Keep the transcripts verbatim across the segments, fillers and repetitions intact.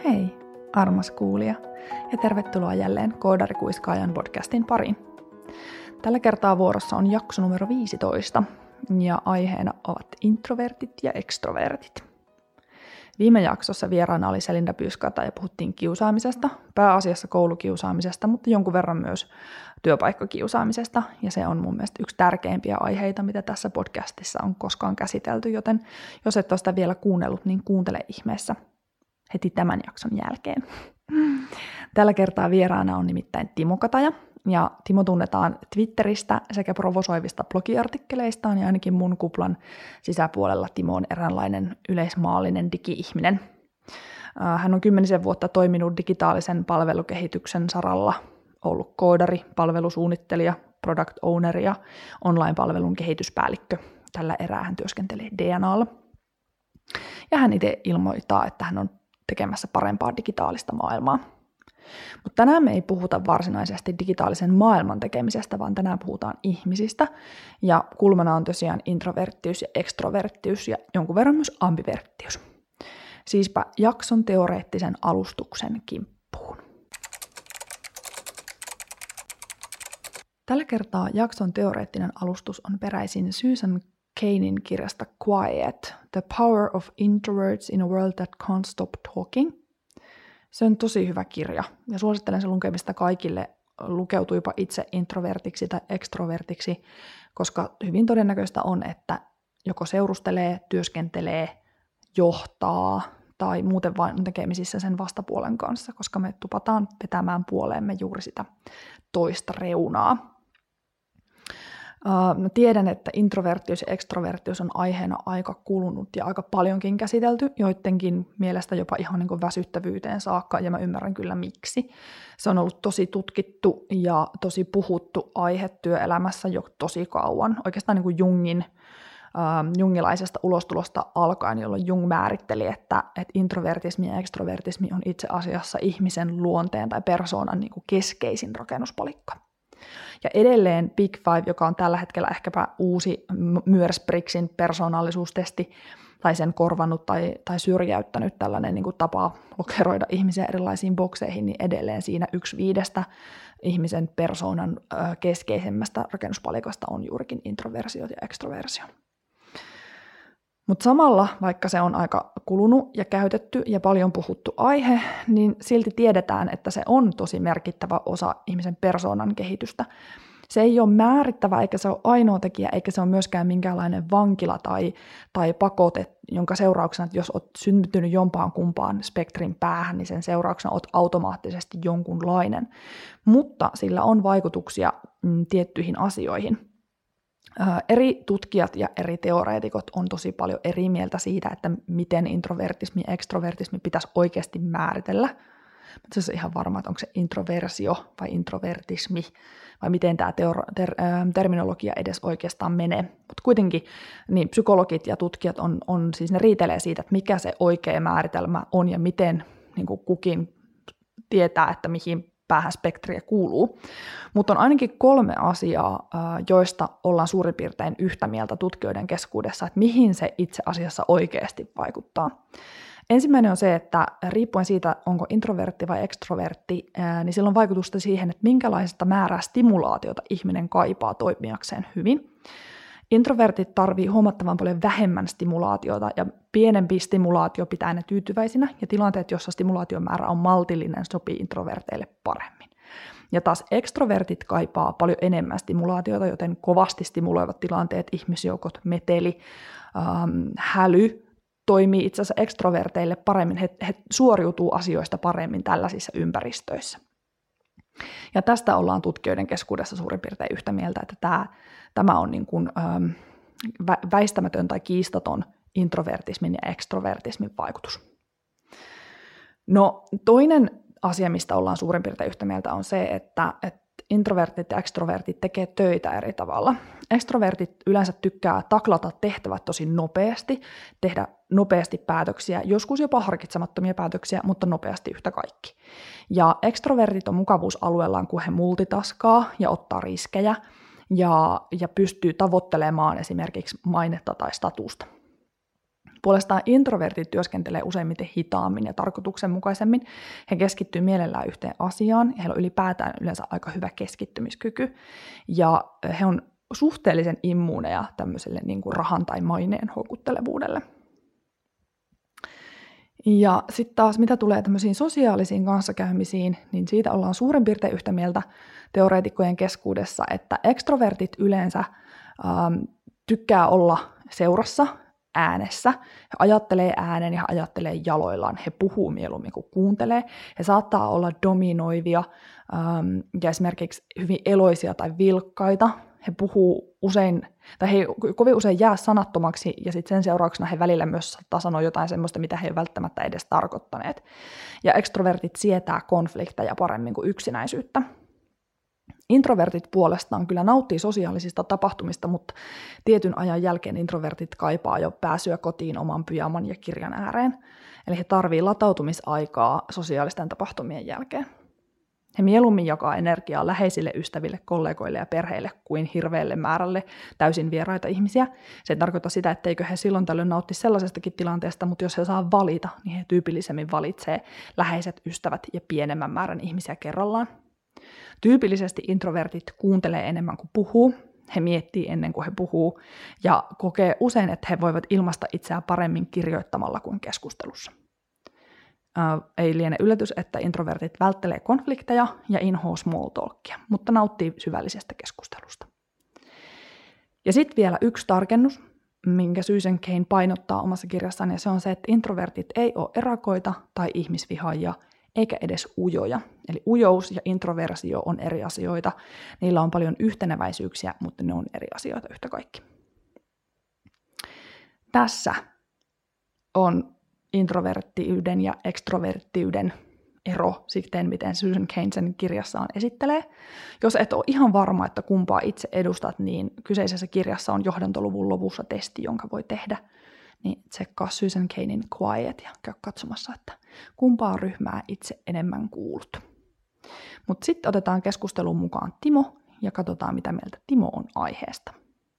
Hei, armas kuulija, ja tervetuloa jälleen Koodarikuiskaajan podcastin pariin. Tällä kertaa vuorossa on jakso numero viisitoista, ja aiheena ovat introvertit ja extrovertit. Viime jaksossa vieraana oli Selinda Pyyskata ja puhuttiin kiusaamisesta, pääasiassa koulukiusaamisesta, mutta jonkun verran myös työpaikkakiusaamisesta, ja se on mun mielestä yksi tärkeimpiä aiheita, mitä tässä podcastissa on koskaan käsitelty, joten jos et ole sitä vielä kuunnellut, niin kuuntele ihmeessä heti tämän jakson jälkeen. Tällä kertaa vieraana on nimittäin Timo Kataja, ja Timo tunnetaan Twitteristä sekä provosoivista blogiartikkeleistaan, ja ainakin mun kuplan sisäpuolella Timo on eräänlainen yleismaallinen digi-ihminen. Hän on kymmenisen vuotta toiminut digitaalisen palvelukehityksen saralla, ollut koodari, palvelusuunnittelija, product owner ja online-palvelun kehityspäällikkö. Tällä erää hän työskentelee D N A:lla. Ja hän itse ilmoittaa, että hän on tekemässä parempaa digitaalista maailmaa. Mutta tänään me ei puhuta varsinaisesti digitaalisen maailman tekemisestä, vaan tänään puhutaan ihmisistä. Ja kulmana on tosiaan introverttiys ja extroverttiys ja jonkun verran myös ambiverttius. Siispä jakson teoreettisen alustuksen kimppuun. Tällä kertaa jakson teoreettinen alustus on peräisin Susan Cainin kirjasta Quiet, The Power of Introverts in a World That Can't Stop Talking. Se on tosi hyvä kirja ja suosittelen sen lukemista kaikille, lukeutuipa itse introvertiksi tai extrovertiksi, koska hyvin todennäköistä on, että joko seurustelee, työskentelee, johtaa tai muuten vain tekemisissä sen vastapuolen kanssa, koska me tupataan vetämään puoleemme juuri sitä toista reunaa. Uh, tiedän, että introverttius ja extroverttius on aiheena aika kulunut ja aika paljonkin käsitelty, joidenkin mielestä jopa ihan niin kuin väsyttävyyteen saakka, ja mä ymmärrän kyllä miksi. Se on ollut tosi tutkittu ja tosi puhuttu aihe työelämässä jo tosi kauan, oikeastaan niin kuin Jungin, uh, jungilaisesta ulostulosta alkaen, jolloin Jung määritteli, että, että introvertismi ja extrovertismi on itse asiassa ihmisen luonteen tai persoonan niin kuin keskeisin rakennuspalikka. Ja edelleen Big Five, joka on tällä hetkellä ehkäpä uusi Myers-Briggsin persoonallisuustesti, tai sen korvannut tai, tai syrjäyttänyt tällainen niin kuin tapa lokeroida ihmisiä erilaisiin bokseihin, niin edelleen siinä yksi viidestä ihmisen persoonan ö, keskeisemmästä rakennuspalikasta on juurikin introversio ja extroversio. Mutta samalla, vaikka se on aika kulunut ja käytetty ja paljon puhuttu aihe, niin silti tiedetään, että se on tosi merkittävä osa ihmisen persoonan kehitystä. Se ei ole määrittävä, eikä se ole ainoa tekijä, eikä se ole myöskään minkäänlainen vankila tai, tai pakote, jonka seurauksena, että jos olet syntynyt jompaan kumpaan spektrin päähän, niin sen seurauksena olet automaattisesti jonkunlainen. Mutta sillä on vaikutuksia mm, tiettyihin asioihin. Eri tutkijat ja eri teoreetikot on tosi paljon eri mieltä siitä, että miten introvertismi ja extrovertismi pitäisi oikeasti määritellä. Mutta se on ihan varma, että onko se introversio vai introvertismi, vai miten tämä teor- ter- terminologia edes oikeastaan menee. Mutta kuitenkin niin psykologit ja tutkijat on, on siis ne riitelee siitä, että mikä se oikea määritelmä on ja miten niin kuin kukin tietää, että mihin päähän spektriä kuuluu. Mutta on ainakin kolme asiaa, joista ollaan suurin piirtein yhtä mieltä tutkijoiden keskuudessa, että mihin se itse asiassa oikeasti vaikuttaa. Ensimmäinen on se, että riippuen siitä, onko introvertti vai extrovertti, niin sillä on vaikutusta siihen, että minkälaista määrää stimulaatiota ihminen kaipaa toimijakseen hyvin. Introvertit tarvii huomattavan paljon vähemmän stimulaatiota ja pienempi stimulaatio pitää ne tyytyväisinä ja tilanteet, jossa stimulaation määrä on maltillinen, sopii introverteille paremmin. Ja taas extrovertit kaipaa paljon enemmän stimulaatiota, joten kovasti stimuloivat tilanteet, ihmisjoukot, meteli, ähm, häly toimii itse asiassa extroverteille paremmin. He, he suoriutuu asioista paremmin tällaisissa ympäristöissä. Ja tästä ollaan tutkijoiden keskuudessa suurin piirtein yhtä mieltä, että tämä, tämä on niin kuin, ähm, väistämätön tai kiistaton introvertismin ja extrovertismin vaikutus. No toinen asia, mistä ollaan suurin piirtein yhtä mieltä, on se, että, että introvertit ja extrovertit tekee töitä eri tavalla. Extrovertit yleensä tykkää taklata tehtävät tosi nopeasti, tehdä nopeasti päätöksiä, joskus jopa harkitsemattomia päätöksiä, mutta nopeasti yhtä kaikki. Ja extrovertit on mukavuusalueellaan, kun he multitaskaa ja ottaa riskejä ja, ja pystyy tavoittelemaan esimerkiksi mainetta tai statusta. Puolestaan introvertit työskentelee useimmiten hitaammin ja tarkoituksenmukaisemmin. He keskittyy mielellään yhteen asiaan ja heillä on ylipäätään yleensä aika hyvä keskittymiskyky. Ja he on suhteellisen immuuneja tämmöiselle niin kuin rahan tai maineen houkuttelevuudelle. Ja sitten taas mitä tulee tämmöisiin sosiaalisiin kanssakäymisiin, niin siitä ollaan suurin piirtein yhtä mieltä teoreetikkojen keskuudessa, että ekstrovertit yleensä ähm, tykkää olla seurassa, äänessä. He ajattelee äänen ja he ajattelee jaloillaan. He puhuu mieluummin kuin kuuntelee. He saattaa olla dominoivia ähm, ja esimerkiksi hyvin eloisia tai vilkkaita. He puhuu usein, tai he kovin usein jää sanattomaksi, ja sitten sen seurauksena he välillä myös saattaa sanoa jotain semmoista, mitä he ei välttämättä edes tarkoittaneet. Ja ekstrovertit sietää konflikteja paremmin kuin yksinäisyyttä. Introvertit puolestaan kyllä nauttii sosiaalisista tapahtumista, mutta tietyn ajan jälkeen introvertit kaipaa jo pääsyä kotiin oman pyjaman ja kirjan ääreen. Eli he tarvitsevat latautumisaikaa sosiaalisten tapahtumien jälkeen. He mieluummin jakaa energiaa läheisille ystäville, kollegoille ja perheille kuin hirveälle määrälle täysin vieraita ihmisiä. Se ei tarkoita sitä, etteikö he silloin tällöin nautti sellaisestakin tilanteesta, mutta jos he saa valita, niin he tyypillisemmin valitsee läheiset ystävät ja pienemmän määrän ihmisiä kerrallaan. Tyypillisesti introvertit kuuntelee enemmän kuin puhuu. He miettii ennen kuin he puhuu ja kokee usein, että he voivat ilmaista itseään paremmin kirjoittamalla kuin keskustelussa. Äh, ei liene yllätys, että introvertit välttelee konflikteja ja inhoaa small talkia, mutta nauttii syvällisestä keskustelusta. Ja sitten vielä yksi tarkennus, minkä Susan Cain painottaa omassa kirjassaan, ja se on se, että introvertit ei ole erakoita tai ihmisvihaajia, eikä edes ujoja. Eli ujous ja introversio on eri asioita. Niillä on paljon yhteneväisyyksiä, mutta ne on eri asioita yhtä kaikki. Tässä on introverttiyden ja ekstroverttiyden ero sitten, miten Susan Cain sen kirjassaan esittelee. Jos et ole ihan varma, että kumpaa itse edustat, niin kyseisessä kirjassa on johdantoluvun lopussa testi, jonka voi tehdä. Niin tsekkaa Susan Cainin Quiet ja käy katsomassa, että kumpaa ryhmää itse enemmän kuulut. Mutta sitten otetaan keskusteluun mukaan Timo ja katsotaan, mitä mieltä Timo on aiheesta.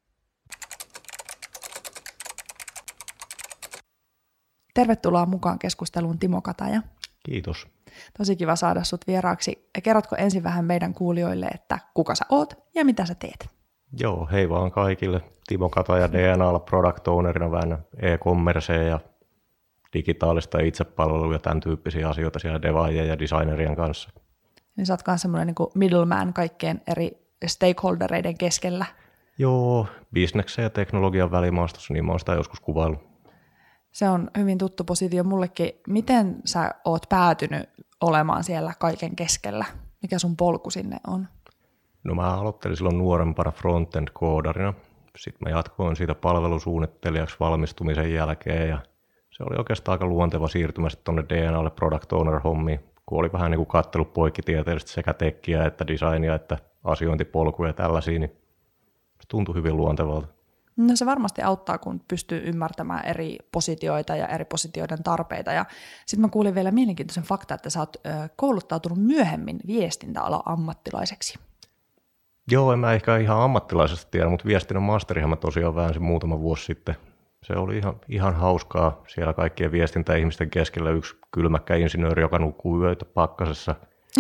Tervetuloa mukaan keskusteluun, Timo Kataja. Kiitos. Tosi kiva saada sut vieraaksi. Kerrotko ensin vähän meidän kuulijoille, että kuka sä oot ja mitä sä teet? Joo, hei vaan kaikille. Timo Kataja D N A:lla product ownerina väännän e-commercea ja digitaalista itsepalveluja ja tämän tyyppisiä asioita siellä devaajien ja designerien kanssa. Niin sä oot myös semmoinen niin kuin middleman kaikkien eri stakeholdereiden keskellä. Joo, bisneksen ja teknologian välimaastossa, niin mä oon sitä joskus kuvaillut. Se on hyvin tuttu positio mullekin. Miten sä oot päätynyt olemaan siellä kaiken keskellä? Mikä sun polku sinne on? No mä aloittelin silloin nuorempana frontend-koodarina. Sitten mä jatkoin siitä palvelusuunnittelijaksi valmistumisen jälkeen ja se oli oikeastaan aika luonteva siirtymä sitten tuonne D N A:lle product owner-hommiin, kun oli vähän niin kuin katsellut poikkitieteellisesti sekä tekkiä että designia että asiointipolkuja ja tällaisia, niin se tuntui hyvin luontevalta. No se varmasti auttaa, kun pystyy ymmärtämään eri positioita ja eri positioiden tarpeita. Ja sitten mä kuulin vielä mielenkiintoisen fakta, että sä oot kouluttautunut myöhemmin viestintäalan ammattilaiseksi. Joo, en mä ehkä ihan ammattilaisesti tiedä, mutta viestinnän masterihan mä tosiaan väänsin muutama vuosi sitten. Se oli ihan, ihan hauskaa siellä kaikkien viestintäihmisten keskellä yksi kylmäkkä insinööri, joka nukkuu yöitä pakkasessa.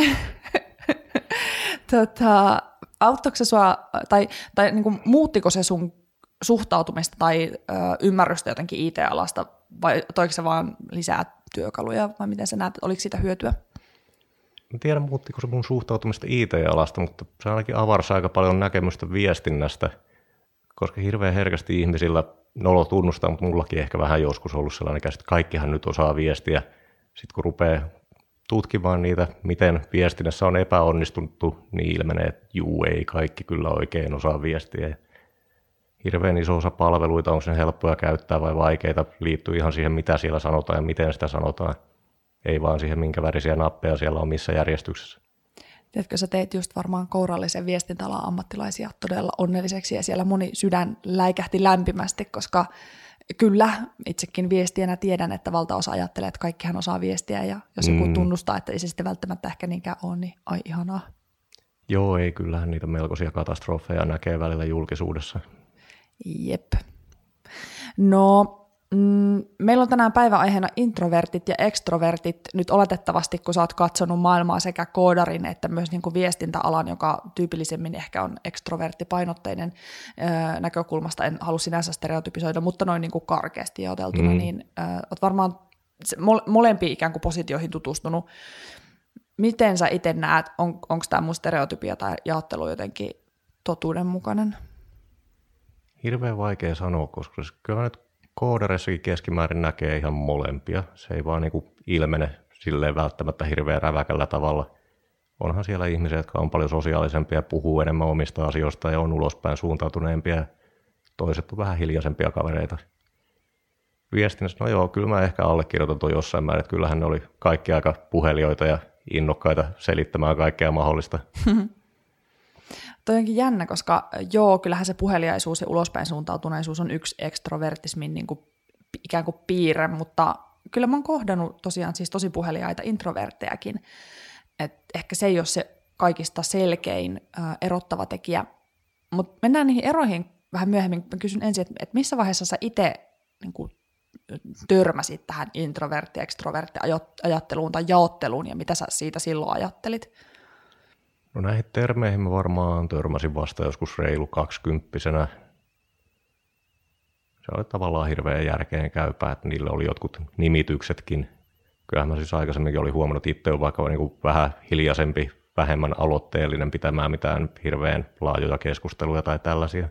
tota, auttoiko se sua, tai, tai niin kuin, muuttiko se sun suhtautumista tai ö, ymmärrystä jotenkin I T-alasta, vai toiko se vaan lisää työkaluja, vai miten sä näet, oliko siitä hyötyä? En tiedä, muuttiko se mun suhtautumista I T-alasta, mutta se ainakin avarsi aika paljon näkemystä viestinnästä, koska hirveän herkästi ihmisillä nolo tunnustaa, mutta mullakin ehkä vähän joskus ollut sellainen käsitys, että kaikkihan nyt osaa viestiä. Sitten kun rupeaa tutkimaan niitä, miten viestinnässä on epäonnistuttu, niin ilmenee, että juu, ei kaikki kyllä oikein osaa viestiä. Hirveän iso osa palveluita, onko ne helppoja käyttää vai vaikeita, liittyy ihan siihen, mitä siellä sanotaan ja miten sitä sanotaan. Ei vaan siihen, minkä värisiä nappeja siellä on missä järjestyksessä. Tiedätkö, sä teet just varmaan kourallisen viestintäalan ammattilaisia todella onnelliseksi ja siellä moni sydän läikähti lämpimästi, koska kyllä itsekin viestijänä tiedän, että valtaosa ajattelee, että kaikkihan osaa viestiä ja jos joku mm. tunnustaa, että ei se sitten välttämättä ehkä niinkään ole, niin ai ihanaa. Joo, ei kyllähän niitä melkoisia katastrofeja näkee välillä julkisuudessa. Jep. No, Mm, meillä on tänään päiväaiheena introvertit ja extrovertit. Nyt oletettavasti, kun sä oot katsonut maailmaa sekä koodarin että myös niin kuin viestintäalan, joka tyypillisemmin ehkä on extroverttipainotteinen öö, näkökulmasta. En halua sinänsä stereotypisoida, mutta noin niin kuin karkeasti jaoteltuna, mm. niin öö, oot varmaan mole- molempiin ikään kuin positioihin tutustunut. Miten sä itse näet, on, onko tämä mun stereotypia tai jaottelu jotenkin totuudenmukainen? Hirveän vaikea sanoa, koska kyllä nyt koodareissakin keskimäärin näkee ihan molempia. Se ei vaan niin kuin ilmene silleen välttämättä hirveän räväkällä tavalla. Onhan siellä ihmisiä, jotka on paljon sosiaalisempia, puhuu enemmän omista asioista ja on ulospäin suuntautuneempia. Toiset on vähän hiljaisempia kavereita. Viestinnässä, no joo, kyllä mä ehkä allekirjoitan tuon jossain määrin, että kyllähän ne oli kaikki aika puhelijoita ja innokkaita selittämään kaikkea mahdollista. Toi onkin jännä, koska joo, kyllähän se puheliaisuus ja ulospäin suuntautuneisuus on yksi ekstrovertismin niin kuin, ikään kuin piirre, mutta kyllä mä oon kohdannut tosiaan siis tosi puheliaita introverttejakin. Et ehkä se ei ole se kaikista selkein äh, erottava tekijä, mutta mennään niihin eroihin vähän myöhemmin. Mä kysyn ensin, että et missä vaiheessa sä itse niin kuin, törmäsit tähän introvertti-extrovertti-ajatteluun tai jaotteluun ja mitä sä siitä silloin ajattelit? No näihin termeihin mä varmaan törmäsin vasta joskus reilu kaksikymppisenä. Se oli tavallaan hirveän järkeen käypää, että niille oli jotkut nimityksetkin. Kyllähän mä siis aikaisemminkin olin huomannut, että itse on vaikka niin kuin vähän hiljaisempi, vähemmän aloitteellinen pitämään mitään hirveän laajoja keskusteluja tai tällaisia.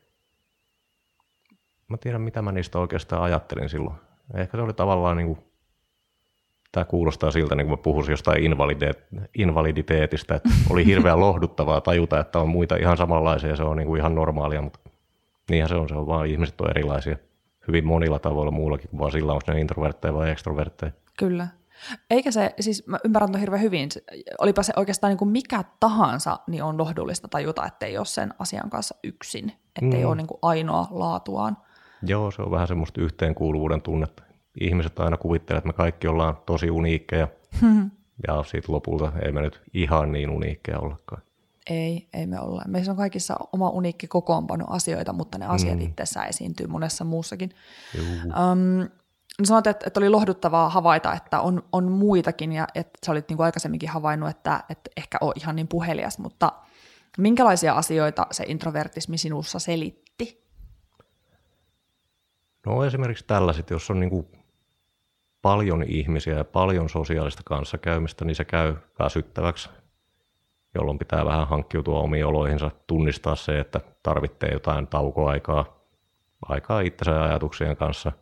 Mä tiedän, mitä mä niistä oikeastaan ajattelin silloin. Ehkä se oli tavallaan niin kuin tämä kuulostaa siltä, niin kuin mä puhuisin jostain invaliditeetistä, että oli hirveän lohduttavaa tajuta, että on muita ihan samanlaisia ja se on niin kuin ihan normaalia, mutta niinhän se on, se on vaan ihmiset on erilaisia hyvin monilla tavoilla muullakin kuin vaan sillä, onko ne introvertteja vai extrovertteja. Kyllä. Eikä se, siis mä ymmärrän ton hirveän hyvin, olipa se oikeastaan niin kuin mikä tahansa, niin on lohdullista tajuta, että ei ole sen asian kanssa yksin, että ei mm. ole niin kuin ainoa laatuaan. Joo, se on vähän semmoista yhteenkuuluvuuden tunnetta. Ihmiset aina kuvittelee, että me kaikki ollaan tosi uniikkeja, hmm. ja siitä lopulta ei me nyt ihan niin uniikkeja ollakaan. Ei, ei me olla. Meissä on kaikissa oma uniikki kokoonpano asioita, mutta ne asiat mm. itsessään esiintyy monessa muussakin. Um, sanoit, että, että oli lohduttavaa havaita, että on, on muitakin, ja että sä olit niin kuin aikaisemminkin havainnut, että, että ehkä on ihan niin puhelias, mutta minkälaisia asioita se introvertismi sinussa selitti? No esimerkiksi tällaiset, jos on niin kuin paljon ihmisiä ja paljon sosiaalista kanssakäymistä, niin se käy väsyttäväksi, jolloin pitää vähän hankkiutua omiin oloihinsa, tunnistaa se, että tarvitsee jotain taukoaikaa, aikaa itsensä ja ajatuksien kanssa.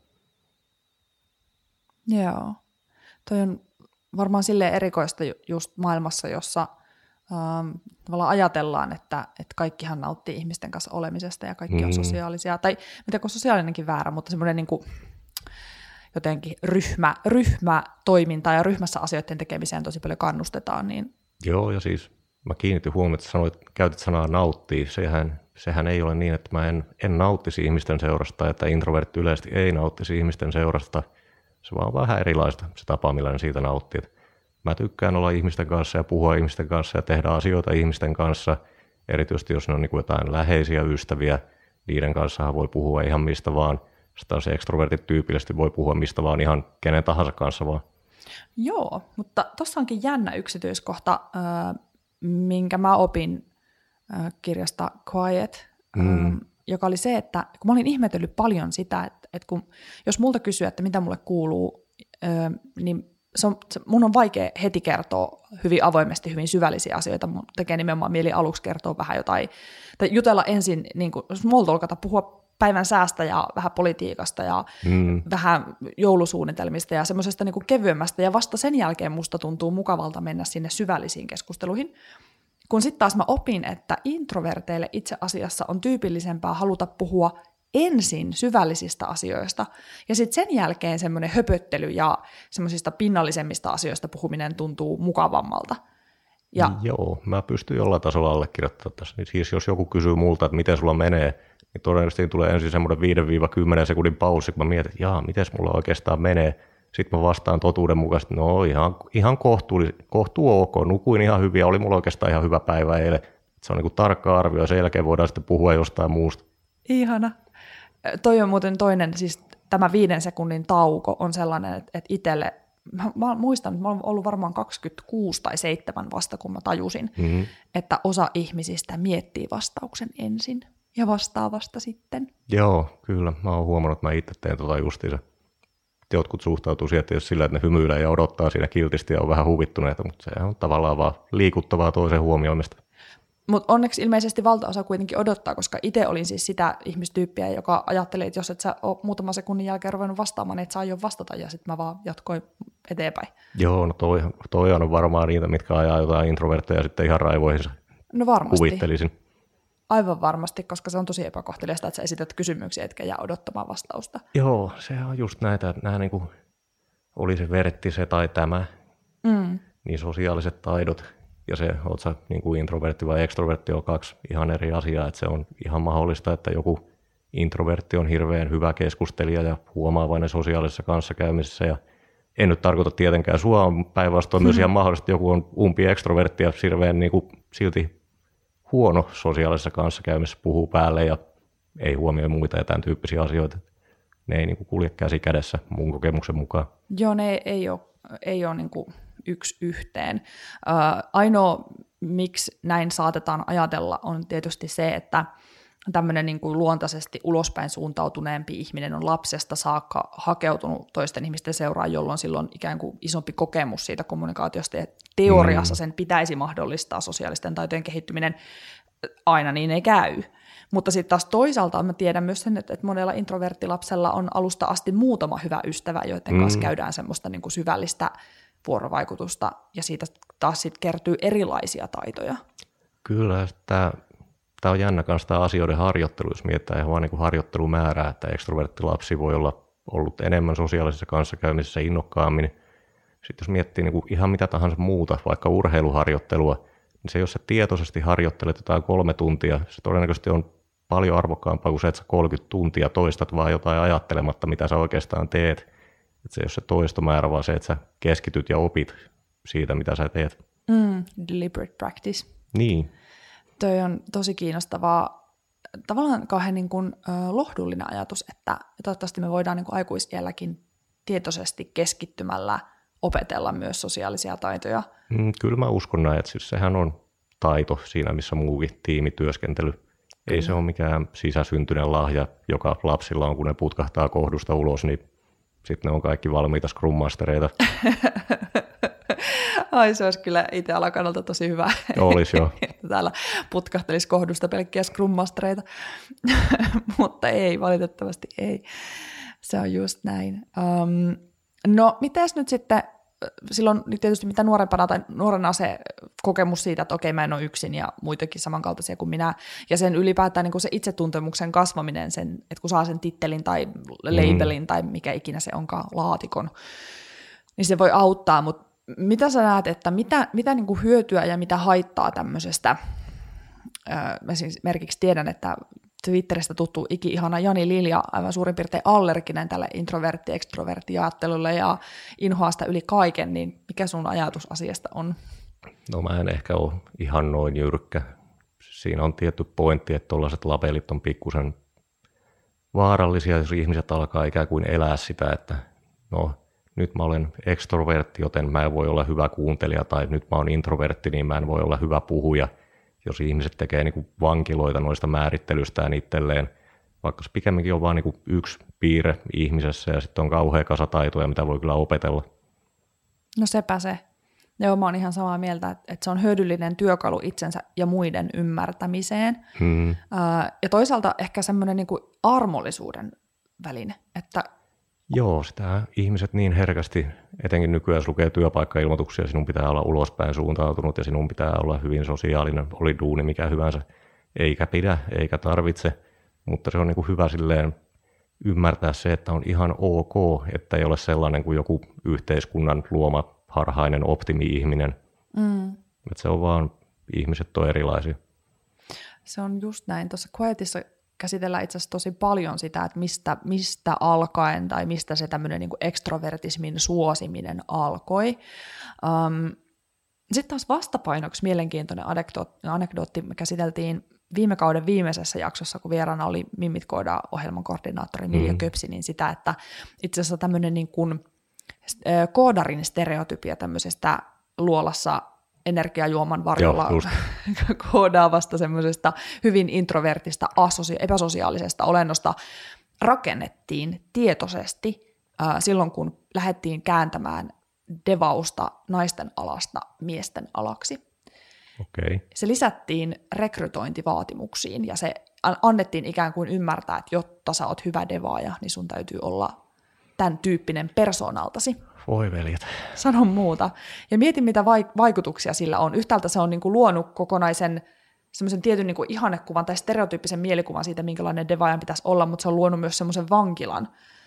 Joo, toi on varmaan silleen erikoista just maailmassa, jossa ähm, tavallaan ajatellaan, että, että kaikkihan nauttii ihmisten kanssa olemisesta ja kaikki on sosiaalisia, tai mitä kun sosiaalinenkin väärä, mutta semmoinen niin kuin jotenkin ryhmä, ryhmätoimintaa ja ryhmässä asioiden tekemiseen tosi paljon kannustetaan. Niin... Joo, ja siis mä kiinnitin huomioon, että sanoit, käytit sanaa nauttii. Sehän, sehän ei ole niin, että mä en, en nauttisi ihmisten seurasta, että introvertti yleisesti ei nauttisi ihmisten seurasta. Se vaan on vähän erilaista se tapa, millä ne siitä nauttii. Mä tykkään olla ihmisten kanssa ja puhua ihmisten kanssa ja tehdä asioita ihmisten kanssa, erityisesti jos ne on niin kuin jotain läheisiä ystäviä, niiden kanssa voi puhua ihan mistä vaan. Sitä se ekstrovertit tyypillisesti voi puhua mistä vaan ihan kenen tahansa kanssa vaan. Joo, mutta tuossa onkin jännä yksityiskohta, minkä mä opin kirjasta Quiet, mm. joka oli se, että kun mä olin ihmetellyt paljon sitä, että, että kun, jos multa kysyy, että mitä mulle kuuluu, niin se on, se, mun on vaikea heti kertoa hyvin avoimesti, hyvin syvällisiä asioita. Mun tekee nimenomaan mieli aluksi kertoa vähän jotain, tai jutella ensin, niin kuin small talkata, puhua päivän säästä ja vähän politiikasta ja mm. vähän joulusuunnitelmista ja semmoisesta niin kuin kevyemmästä. Ja vasta sen jälkeen musta tuntuu mukavalta mennä sinne syvällisiin keskusteluihin. Kun sitten taas mä opin, että introverteille itse asiassa on tyypillisempää haluta puhua ensin syvällisistä asioista ja sitten sen jälkeen semmoinen höpöttely ja semmoisista pinnallisemmista asioista puhuminen tuntuu mukavammalta. Ja... Joo, mä pystyn jollain tasolla allekirjoittamaan tässä. Siis jos joku kysyy multa, että miten sulla menee, niin todennäköisesti tulee ensin semmoinen viidestä kymmeneen sekunnin paussi, kun mä mietin, että jaa, miten mulla oikeastaan menee. Sitten mä vastaan totuudenmukaisesti, no ihan, ihan kohtuu, kohtuu ok, nukuin ihan hyvin ja oli mulla oikeastaan ihan hyvä päivä eilen. Se on niin kuin tarkka arvio ja sen jälkeen voidaan sitten puhua jostain muusta. Ihana. Toi on muuten toinen, siis tämä viiden sekunnin tauko on sellainen, että, että itselle, mä, mä muistan, että mä olen ollut varmaan kaksikymmentäkuusi tai seitsemän vasta, kun mä tajusin, mm-hmm. että osa ihmisistä miettii vastauksen ensin ja vastaa vasta sitten. Joo, kyllä. Mä oon huomannut, että mä itse teen tota justiinsa. Jotkut suhtautuu siihen tietysti sillä, että ne hymyilee ja odottaa siinä kiltisti ja on vähän huvittuneita, mutta se on tavallaan vaan liikuttavaa toisen huomioimista. Mutta onneksi ilmeisesti valtaosa kuitenkin odottaa, koska itse olin siis sitä ihmistyyppiä, joka ajatteli, että jos et sä ole muutaman sekunnin jälkeen ruvennut vastaamaan, niin et saa jo vastata, ja sitten mä vaan jatkoin eteenpäin. Joo, no toi, toi on varmaan niitä, mitkä ajaa jotain introvertteja sitten ihan raivoihinsa. No varmasti. Kuvittelisin. Aivan varmasti, koska se on tosi epäkohteliasta, että sä esität kysymyksiä, etkä jää odottamaan vastausta. Joo, se on just näitä, että nämä niinku, oli se vertti se tai tämä, mm. niin sosiaaliset taidot ja se, oot sä niinku introvertti vai ekstrovertti, on kaksi ihan eri asiaa, että se on ihan mahdollista, että joku introvertti on hirveän hyvä keskustelija ja huomaavainen sosiaalisessa kanssakäymisessä ja en nyt tarkoita tietenkään sua, on päinvastoin myös ihan mahdollista, että joku on umpi ekstrovertti ja hirveän niinku, silti huono sosiaalisessa kanssakäymisessä, puhuu päälle ja ei huomioi muita ja tämän tyyppisiä asioita. Ne ei niinku kulje käsi kädessä mun kokemuksen mukaan. Joo, ne ei ole, ei ole niinku yksi yhteen. Äh, ainoa, miksi näin saatetaan ajatella, on tietysti se, että tämmöinen niin kuin luontaisesti ulospäin suuntautuneempi ihminen on lapsesta saakka hakeutunut toisten ihmisten seuraan, jolloin silloin ikään kuin isompi kokemus siitä kommunikaatiosta, ja teoriassa sen pitäisi mahdollistaa sosiaalisten taitojen kehittyminen, aina niin ei käy. Mutta sitten taas toisaalta mä tiedän myös sen, että monella introverttilapsella on alusta asti muutama hyvä ystävä, joiden mm. kanssa käydään semmoista niin kuin syvällistä vuorovaikutusta, ja siitä taas sitten kertyy erilaisia taitoja. Kyllä, tämä Tämä on jännä kanssa tämä asioiden harjoittelu, jos mietitään ihan vaan niin kuin harjoittelumäärää, että ekstrovertti lapsi voi olla ollut enemmän sosiaalisessa kanssakäymisessä innokkaammin. Sitten jos miettii niin kuin ihan mitä tahansa muuta, vaikka urheiluharjoittelua, niin se jos sä tietoisesti harjoittelet jotain kolme tuntia, se todennäköisesti on paljon arvokkaampaa kuin se, että sä kolmekymmentä tuntia toistat vaan jotain ajattelematta, mitä sä oikeastaan teet. Että se ei ole se toistomäärä, vaan se, että sä keskityt ja opit siitä, mitä sä teet. Mm, deliberate practice. Niin. Toi on tosi kiinnostavaa, tavallaan kauhean niin kuin, ö, lohdullinen ajatus, että toivottavasti me voidaan niin kuin aikuisielläkin tietoisesti keskittymällä opetella myös sosiaalisia taitoja. Mm, kyllä mä uskon näin, että siis sehän on taito siinä, missä muukin tiimityöskentely. Kyllä. Ei se ole mikään sisäsyntyinen lahja, joka lapsilla on, kun ne putkahtaa kohdusta ulos, niin sitten ne on kaikki valmiita Scrum Mastereita. Ai, se olisi kyllä itse alakannalta tosi hyvä. Olisi jo. Täällä putkahtelisi kohdusta pelkkiä Scrum Mastereita, mutta ei, valitettavasti ei. Se on just näin. Um, no, mitäs nyt sitten, silloin tietysti mitä nuorempana tai nuorena se kokemus siitä, että okei, mä en ole yksin ja muitakin samankaltaisia kuin minä, ja sen ylipäätään niin kuin se itsetuntemuksen kasvaminen, sen, että kun saa sen tittelin tai labelin mm. tai mikä ikinä se onkaan, laatikon, niin se voi auttaa, mutta mitä sä näet, että mitä, mitä niin kuin hyötyä ja mitä haittaa tämmöisestä? Mä esimerkiksi tiedän, että Twitteristä tuttu iki-ihana Jani Lilja aivan suurin piirtein allerginen tälle introvertti-ekstrovertti-ajattelulle ja inhoaa sitä yli kaiken, niin mikä sun ajatus asiasta on? No mä en ehkä ole ihan noin jyrkkä. Siinä on tietty pointti, että tuollaiset labelit on pikkusen vaarallisia, jos ihmiset alkaa ikään kuin elää sitä, että no nyt mä olen ekstrovertti, joten mä en voi olla hyvä kuuntelija, tai nyt mä oon introvertti, niin mä en voi olla hyvä puhuja, jos ihmiset tekee niin kuin vankiloita noista määrittelystään itselleen, vaikka se pikemminkin on vain niin kuin yksi piirre ihmisessä, ja sitten on kauhea kasa taitoja, mitä voi kyllä opetella. No sepä se. Joo, mä oon ihan samaa mieltä, että se on hyödyllinen työkalu itsensä ja muiden ymmärtämiseen. Hmm. Ja toisaalta ehkä semmoinen niin kuin armollisuuden väline, että joo, sitä ihmiset niin herkästi, etenkin nykyään jos lukee työpaikkailmoituksia, sinun pitää olla ulospäin suuntautunut ja sinun pitää olla hyvin sosiaalinen, oli duuni mikä hyvänsä, eikä pidä, eikä tarvitse, mutta se on niin kuin hyvä silleen ymmärtää se, että on ihan ok, että ei ole sellainen kuin joku yhteiskunnan luoma harhainen optimi-ihminen, mm. että se on vaan, ihmiset on erilaisia. Se on just näin, tuossa Quietissa käsitellään itse asiassa tosi paljon sitä, että mistä, mistä alkaen tai mistä se tämmöinen niin kuin ekstrovertismin suosiminen alkoi. Um, Sitten taas vastapainoksi mielenkiintoinen anekdootti, anekdootti me käsiteltiin viime kauden viimeisessä jaksossa, kun vieraana oli Mimmit Koodaa-ohjelman koordinaattori Milja mm. Köpsi, niin sitä, että itse asiassa tämmöinen niin kuin koodarin stereotypia tämmöisestä luolassa energiajuoman varjolla koodaavasta semmoisesta hyvin introvertista, asosia- epäsosiaalisesta olennosta rakennettiin tietoisesti äh, silloin, kun lähdettiin kääntämään devausta naisten alasta miesten alaksi. Okay. Se lisättiin rekrytointivaatimuksiin ja se annettiin ikään kuin ymmärtää, että jotta sä oot hyvä devaaja, niin sun täytyy olla tämän tyyppinen persoonaltasi. Voi veljet. Sano muuta. Ja mietin, mitä vaikutuksia sillä on. Yhtäältä se on niin kuin luonut kokonaisen semmoisen tietyn niin kuin ihannekuvan tai stereotyyppisen mielikuvan siitä, minkälainen devaajan pitäisi olla, mutta se on luonut myös semmoisen vankilan.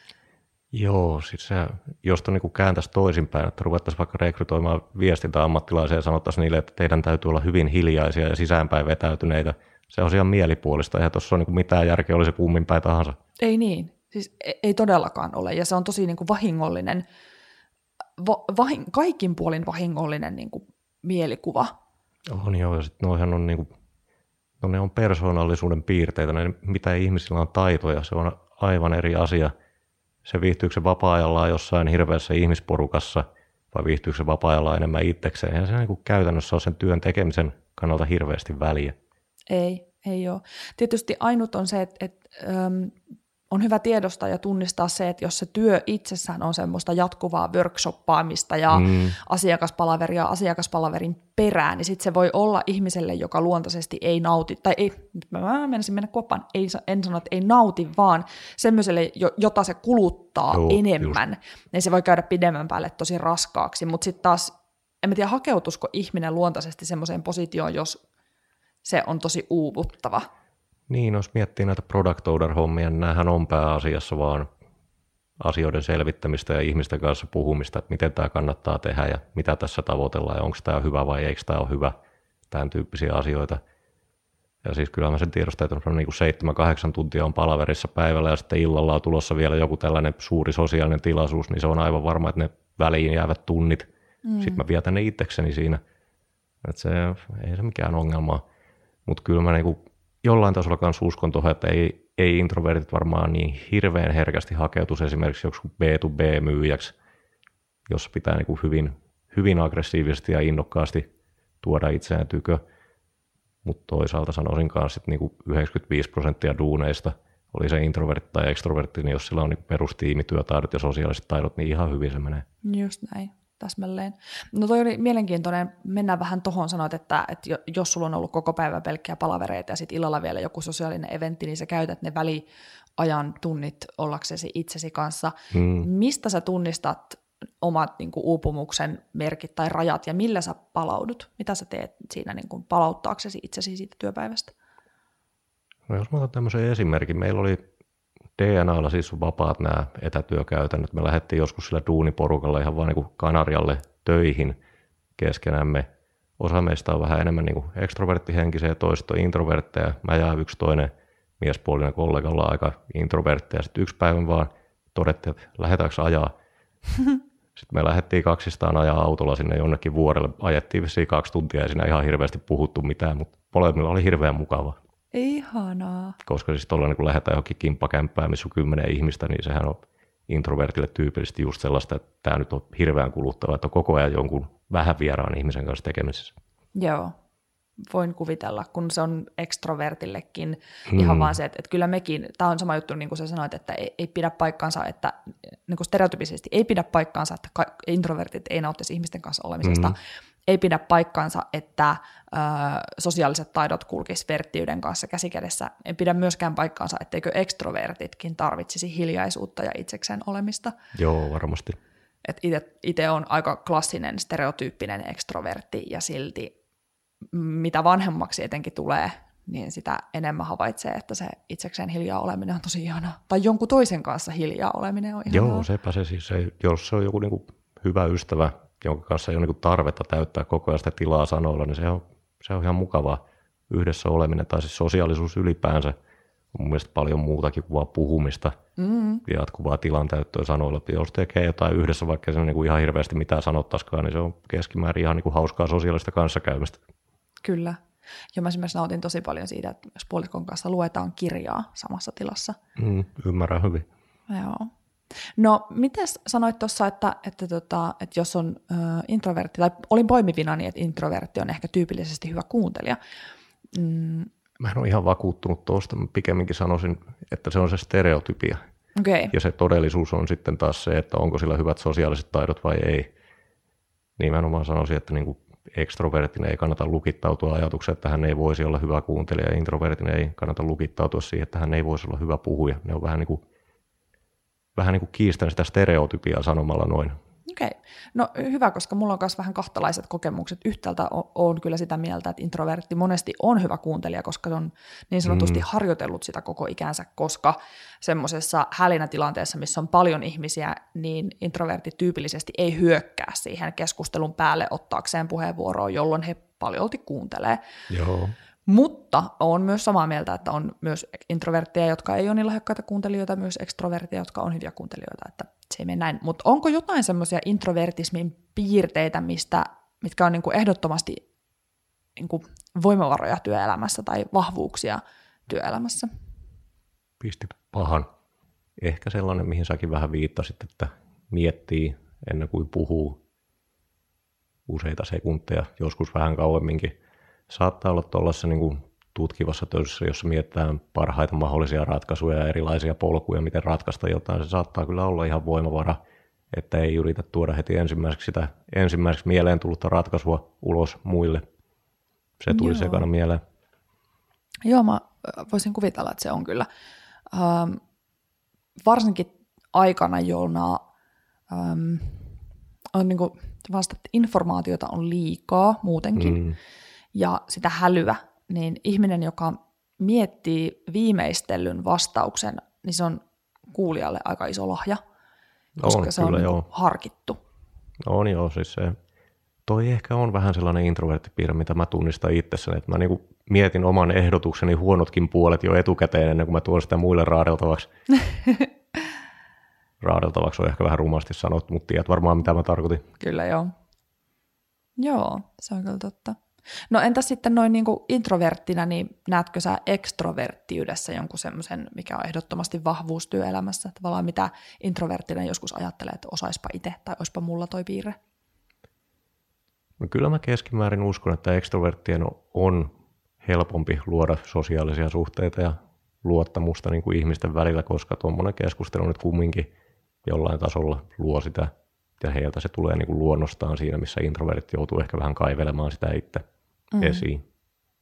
Joo, siis se, jos on niin kuin kääntäisi toisinpäin, että ruvettaisiin vaikka rekrytoimaan viestintäammattilaisia ja sanottaisiin niille, että teidän täytyy olla hyvin hiljaisia ja sisäänpäin vetäytyneitä. Se on ihan mielipuolista, eihän tuossa ole niin kuin mitään järkeä, oli se kumminpäin tahansa. Ei niin, siis ei todellakaan ole, ja se on tosi niin kuin vahingollinen, va- vahing- kaikin puolin vahingollinen niin kuin mielikuva. On joo, ja sitten noihän on, niin kuin, no ne on persoonallisuuden piirteitä, ne, mitä ihmisillä on taitoja, se on aivan eri asia. Se viihtyykö se vapaa-ajallaan jossain hirveässä ihmisporukassa vai viihtyykö se vapaa-ajallaan enemmän itsekseen. Ja se niin kuin käytännössä on sen työn tekemisen kannalta hirveästi väliä. Ei, ei ole. Tietysti ainut on se, että, että ähm, on hyvä tiedostaa ja tunnistaa se, että jos se työ itsessään on semmoista jatkuvaa workshoppaamista ja mm. asiakaspalaveria asiakaspalaverin perään, niin sitten se voi olla ihmiselle, joka luontaisesti ei nauti, tai ei, mä menisin mennä kuoppaan, ei, en sano, että ei nauti, vaan semmoiselle, jota se kuluttaa Joo, enemmän, just. niin se voi käydä pidemmän päälle tosi raskaaksi, mutta sitten taas, en mä tiedä, hakeutuisiko ihminen luontaisesti semmoiseen positioon, jos se on tosi uuvuttava. Niin, jos miettii näitä product owner-hommia, niin näähän on pääasiassa vaan asioiden selvittämistä ja ihmisten kanssa puhumista, että miten tämä kannattaa tehdä ja mitä tässä tavoitellaan ja onko tämä hyvä vai eikö tämä ole hyvä, tämän tyyppisiä asioita. Ja siis kyllä mä sen tiedostan, että on niin kuin seitsemän kahdeksan tuntia on palaverissa päivällä ja sitten illalla on tulossa vielä joku tällainen suuri sosiaalinen tilaisuus, niin se on aivan varma, että ne väliin jäävät tunnit. Mm. Sitten mä vietän ne itsekseni siinä. Että se ei se mikään ongelma, mutta kyllä mä niinku jollain tasolla kanssa uskon tuohon, että ei, ei introvertit varmaan niin hirveän herkästi hakeutuisi esimerkiksi joku B to B-myyjäksi, jossa pitää niin kuin hyvin, hyvin aggressiivisesti ja innokkaasti tuoda itseään tykö. Mutta toisaalta sanoisin kanssa, että niin kuin yhdeksänkymmentäviisi prosenttia duuneista, oli se introvertti tai ekstrovertti, niin jos sillä on niin perustiimityötaidot ja sosiaaliset taidot, niin ihan hyvin se menee. Just näin. Täsmälleen. No toi oli mielenkiintoinen, mennään vähän tohon, sanoit, että, että jos sulla on ollut koko päivä pelkkiä palavereita ja sitten illalla vielä joku sosiaalinen eventti, niin sä käytät ne väliajan tunnit ollaksesi itsesi kanssa. Hmm. Mistä sä tunnistat omat niin kuin, uupumuksen merkit tai rajat ja millä sä palaudut? Mitä sä teet siinä niin kuin, palauttaaksesi itsesi siitä työpäivästä? No jos mä otan tämmöisen esimerkin, meillä oli D N A:lla siis vapaat nämä etätyökäytännöt. Me lähdettiin joskus sillä duuniporukalla ihan vaan niin kuin Kanarialle töihin keskenämme. Osa meistä on vähän enemmän niin kuin ekstroverttihenkisiä ja toiset on introvertteja. Mä ja yksi toinen miespuolinen kollegalla aika introvertteja. Sitten yksi päivän vaan todettiin, että lähdetäänkö ajaa. Sitten me lähdettiin kaksistaan ajaa autolla sinne jonnekin vuorelle. Ajettiin vissiin kaksi tuntia ja siinä ei ihan hirveästi puhuttu mitään, mutta molemmilla oli hirveän mukavaa. Ihanaa. Koska siis tuolla niin kun lähdetään johonkin kimppakämppään, missä on kymmenen ihmistä, niin sehän on introvertille tyypillisesti just sellaista, että tämä nyt on hirveän kuluttava, että on koko ajan jonkun vähän vieraan ihmisen kanssa tekemisissä. Joo, voin kuvitella, kun se on ekstrovertillekin hmm. ihan vaan se, että, että kyllä mekin, tämä on sama juttu niin kuin sä sanoit, että ei, ei pidä paikkaansa, että niin kuin stereotypisesti ei pidä paikkaansa, että introvertit ei nauttisi ihmisten kanssa olemisesta, hmm. ei pidä paikkaansa, että ö, sosiaaliset taidot kulkisi verttiyden kanssa käsikädessä. Ei pidä myöskään paikkaansa, etteikö ekstrovertitkin tarvitsisi hiljaisuutta ja itsekseen olemista. Joo, varmasti. Itse on aika klassinen stereotyyppinen ekstrovertti ja silti mitä vanhemmaksi etenkin tulee, niin sitä enemmän havaitsee, että se itsekseen hiljaa oleminen on tosi ihanaa. Tai jonkun toisen kanssa hiljaa oleminen on ihanaa. Joo, sepä se siis. Se, jos se on joku niin kuin hyvä ystävä, jonka kanssa ei ole niin kuin tarvetta täyttää koko ajan sitä tilaa sanoilla, niin se on, se on ihan mukavaa yhdessä oleminen. Tai siis sosiaalisuus ylipäänsä on mun mielestä paljon muutakin kuin vaan puhumista mm-hmm. ja jatkuvaa tilan täyttöä sanoilla. Jos tekee jotain yhdessä, vaikka se niin kuin ihan hirveästi mitään sanottaisikaan, niin se on keskimäärin ihan niin kuin hauskaa sosiaalista kanssakäymistä. Kyllä. Ja mä esimerkiksi nautin tosi paljon siitä, että jos puoliskon kanssa luetaan kirjaa samassa tilassa. Mm, ymmärrän hyvin. Joo. No, miten sanoit tuossa, että, että, tota, että jos on äh, introvertti, tai olin poimivina niin, että introvertti on ehkä tyypillisesti hyvä kuuntelija. Mm. Mä en ole ihan vakuuttunut tuosta, mä pikemminkin sanoisin, että se on se stereotypia. Okay. Ja se todellisuus on sitten taas se, että onko sillä hyvät sosiaaliset taidot vai ei. Nimenomaan sanoisin, että niin kuin ekstrovertin ei kannata lukittautua ajatukseen, että hän ei voisi olla hyvä kuuntelija, ja introvertin ei kannata lukittautua siihen, että hän ei voisi olla hyvä puhuja. Ne on vähän niin kuin, vähän niin kuin kiistän sitä stereotypiaa sanomalla noin. Okei. Okay. No hyvä, koska mulla on myös vähän kahtalaiset kokemukset. Yhtäältä on kyllä sitä mieltä, että introvertti monesti on hyvä kuuntelija, koska se on niin sanotusti mm. harjoitellut sitä koko ikänsä, koska semmoisessa hälinätilanteessa, missä on paljon ihmisiä, niin introvertti tyypillisesti ei hyökkää siihen keskustelun päälle ottaakseen puheenvuoroa, jolloin he paljolti kuuntelee. Joo. Mutta on myös samaa mieltä, että on myös introvertteja, jotka ei ole niin lahjakkaita kuuntelijoita, myös ekstrovertteja, jotka on hyviä kuuntelijoita, että se ei mene näin. Mutta onko jotain semmoisia introvertismin piirteitä, mistä, mitkä on niinku ehdottomasti niinku voimavaroja työelämässä tai vahvuuksia työelämässä? Pistit pahan. Ehkä sellainen, mihin säkin vähän viittasit, että miettii ennen kuin puhuu useita sekunteja, joskus vähän kauemminkin. Saattaa olla tuollaisessa niin kuin tutkivassa töissä, jossa mietitään parhaita mahdollisia ratkaisuja ja erilaisia polkuja, miten ratkaista jotain. Se saattaa kyllä olla ihan voimavara, että ei yritä tuoda heti ensimmäiseksi sitä ensimmäiseksi mieleen tullutta ratkaisua ulos muille. Se tuli sekana mieleen. Joo, mä voisin kuvitella, että se on kyllä. Ähm, varsinkin aikana, jona ähm, on niin kuin vasta, että informaatiota on liikaa muutenkin, mm. ja sitä hälyä, niin ihminen, joka miettii viimeistellyn vastauksen, niin se on kuulijalle aika iso lahja, koska on, se kyllä, on joo. niin harkittu. On joo, siis se, toi ehkä on vähän sellainen introverttipiirre, mitä mä tunnistan itsessäni, että mä niinku mietin oman ehdotukseni huonotkin puolet jo etukäteen ennen kuin mä tuon sitä muille raadeltavaksi. Raadeltavaksi on ehkä vähän rumasti sanottu, mutta tiedät varmaan mitä mä tarkoitin. Kyllä joo. Joo, se on kyllä totta. No entäs sitten noin niin kuin introverttina, niin näetkö sä ekstroverttiydessä jonkun semmoisen, mikä on ehdottomasti vahvuus työelämässä? Tavallaan mitä introverttina joskus ajattelee, että osaispa itse tai olisipa mulla toi piirre? No kyllä mä keskimäärin uskon, että ekstroverttien on helpompi luoda sosiaalisia suhteita ja luottamusta niin kuin ihmisten välillä, koska tuommoinen keskustelu nyt kumminkin jollain tasolla luo sitä. Ja heiltä se tulee niin kuin luonnostaan siinä, missä introvertti joutuu ehkä vähän kaivelemaan sitä itse mm. esiin.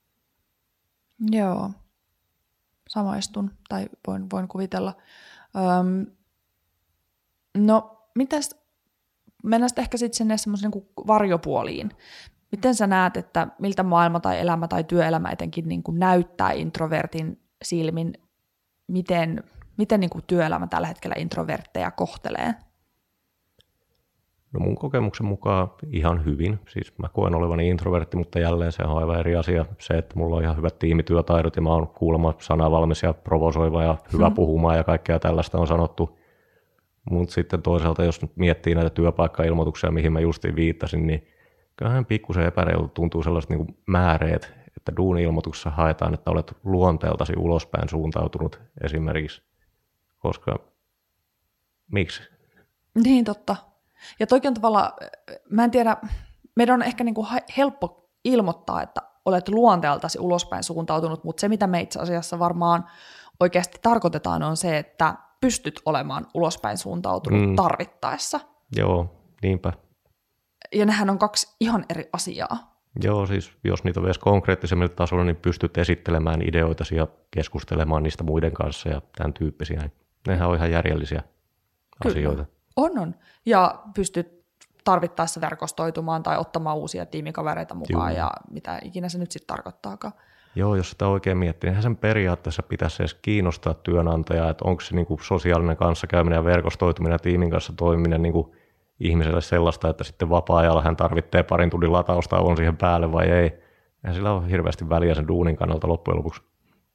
Joo, samaistun tai voin, voin kuvitella. Öm, no, mitäs, mennään sitten ehkä sitten sinne semmoisen niin kuin varjopuoliin. Miten sä näet, että miltä maailma tai elämä tai työelämä etenkin niin kuin näyttää introvertin silmin? Miten, miten niin kuin työelämä tällä hetkellä introvertteja kohtelee? No mun kokemuksen mukaan ihan hyvin. Siis mä koen olevani introvertti, mutta jälleen se on aivan eri asia. Se, että mulla on ihan hyvät tiimityötaidot ja mä oon kuulemma sanavalmis ja provosoiva ja hyvä hmm. puhumaan ja kaikkea tällaista on sanottu. Mutta sitten toisaalta, jos nyt miettii näitä työpaikkailmoituksia, mihin mä justiin viittasin, niin kyllähän pikkusen epäreilu tuntuu sellaiset niin kuin määreet, että duuni-ilmoituksessa haetaan, että olet luonteeltasi ulospäin suuntautunut esimerkiksi. Koska miksi? Niin totta. Ja toki on tavallaan, mä en tiedä, meidän on ehkä niinku helppo ilmoittaa, että olet luonteeltasi ulospäin suuntautunut, mutta se mitä me itse asiassa varmaan oikeasti tarkoitetaan on se, että pystyt olemaan ulospäin suuntautunut mm. tarvittaessa. Joo, niinpä. Ja nehän on kaksi ihan eri asiaa. Joo, siis jos niitä on vielä konkreettisemmilla tasolla, niin pystyt esittelemään ideoitasi ja keskustelemaan niistä muiden kanssa ja tämän tyyppisiä. Nehän on ihan järjellisiä Kyllä. asioita. On, on. Ja pystyt tarvittaessa verkostoitumaan tai ottamaan uusia tiimikavereita mukaan Joo. ja mitä ikinä se nyt sitten tarkoittaakaan. Joo, jos sitä oikein miettii, niin eihän sen periaatteessa pitäisi edes kiinnostaa työnantajaa, että onko se niinku sosiaalinen kanssakäyminen ja verkostoituminen ja tiimin kanssa toimiminen niinku ihmiselle sellaista, että sitten vapaa-ajalla hän tarvitsee parin tunnin latausta on siihen päälle vai ei. Eihän sillä ole hirveästi väliä sen duunin kannalta loppujen lopuksi.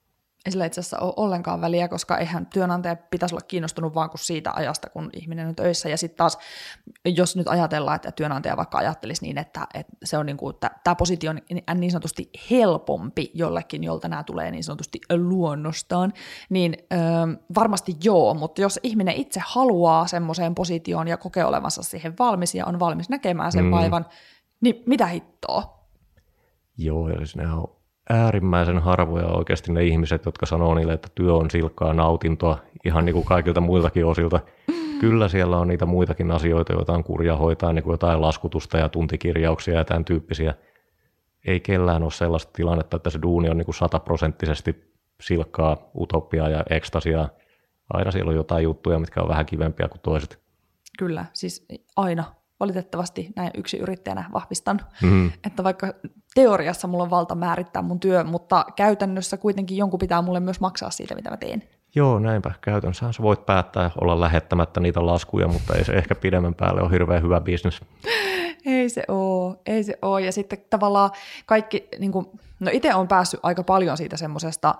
Ei sillä itse asiassa ole ollenkaan väliä, koska eihän työnantaja pitäisi olla kiinnostunut vaan kuin siitä ajasta, kun ihminen on töissä. Ja sitten taas, jos nyt ajatellaan, että työnantaja vaikka ajattelisi niin, että, että se on niin kuin, että tämä positio on niin sanotusti helpompi jollekin, jolta nämä tulee niin sanotusti luonnostaan, niin ö, varmasti joo, mutta jos ihminen itse haluaa semmoiseen positioon ja kokee olevansa siihen valmis ja on valmis näkemään sen mm. vaivan, niin mitä hittoa? Joo, ja siis nehän on äärimmäisen harvoja oikeasti ne ihmiset, jotka sanoo niille, että työ on silkkaa nautintoa ihan niin kuin kaikilta muiltakin osilta. Kyllä siellä on niitä muitakin asioita, joita on kurja hoitaa, niin kuin jotain laskutusta ja tuntikirjauksia ja tämän tyyppisiä. Ei kellään ole sellaista tilannetta, että se duuni on niin kuin sataprosenttisesti silkkaa, utopiaa ja ekstasiaa. Aina siellä on jotain juttuja, mitkä on vähän kivempiä kuin toiset. Kyllä, siis aina. Valitettavasti näin yksi yrittäjänä vahvistan, mm. että vaikka teoriassa mulla on valta määrittää mun työ, mutta käytännössä kuitenkin jonkun pitää mulle myös maksaa siitä, mitä mä teen. Joo, näinpä. Käytännössä sä voit päättää olla lähettämättä niitä laskuja, mutta ei se ehkä pidemmän päälle ole hirveän hyvä bisnes. Ei se ole, ei se ole. Ja sitten tavallaan kaikki, niin kuin, no itse olen päässyt aika paljon siitä semmoisesta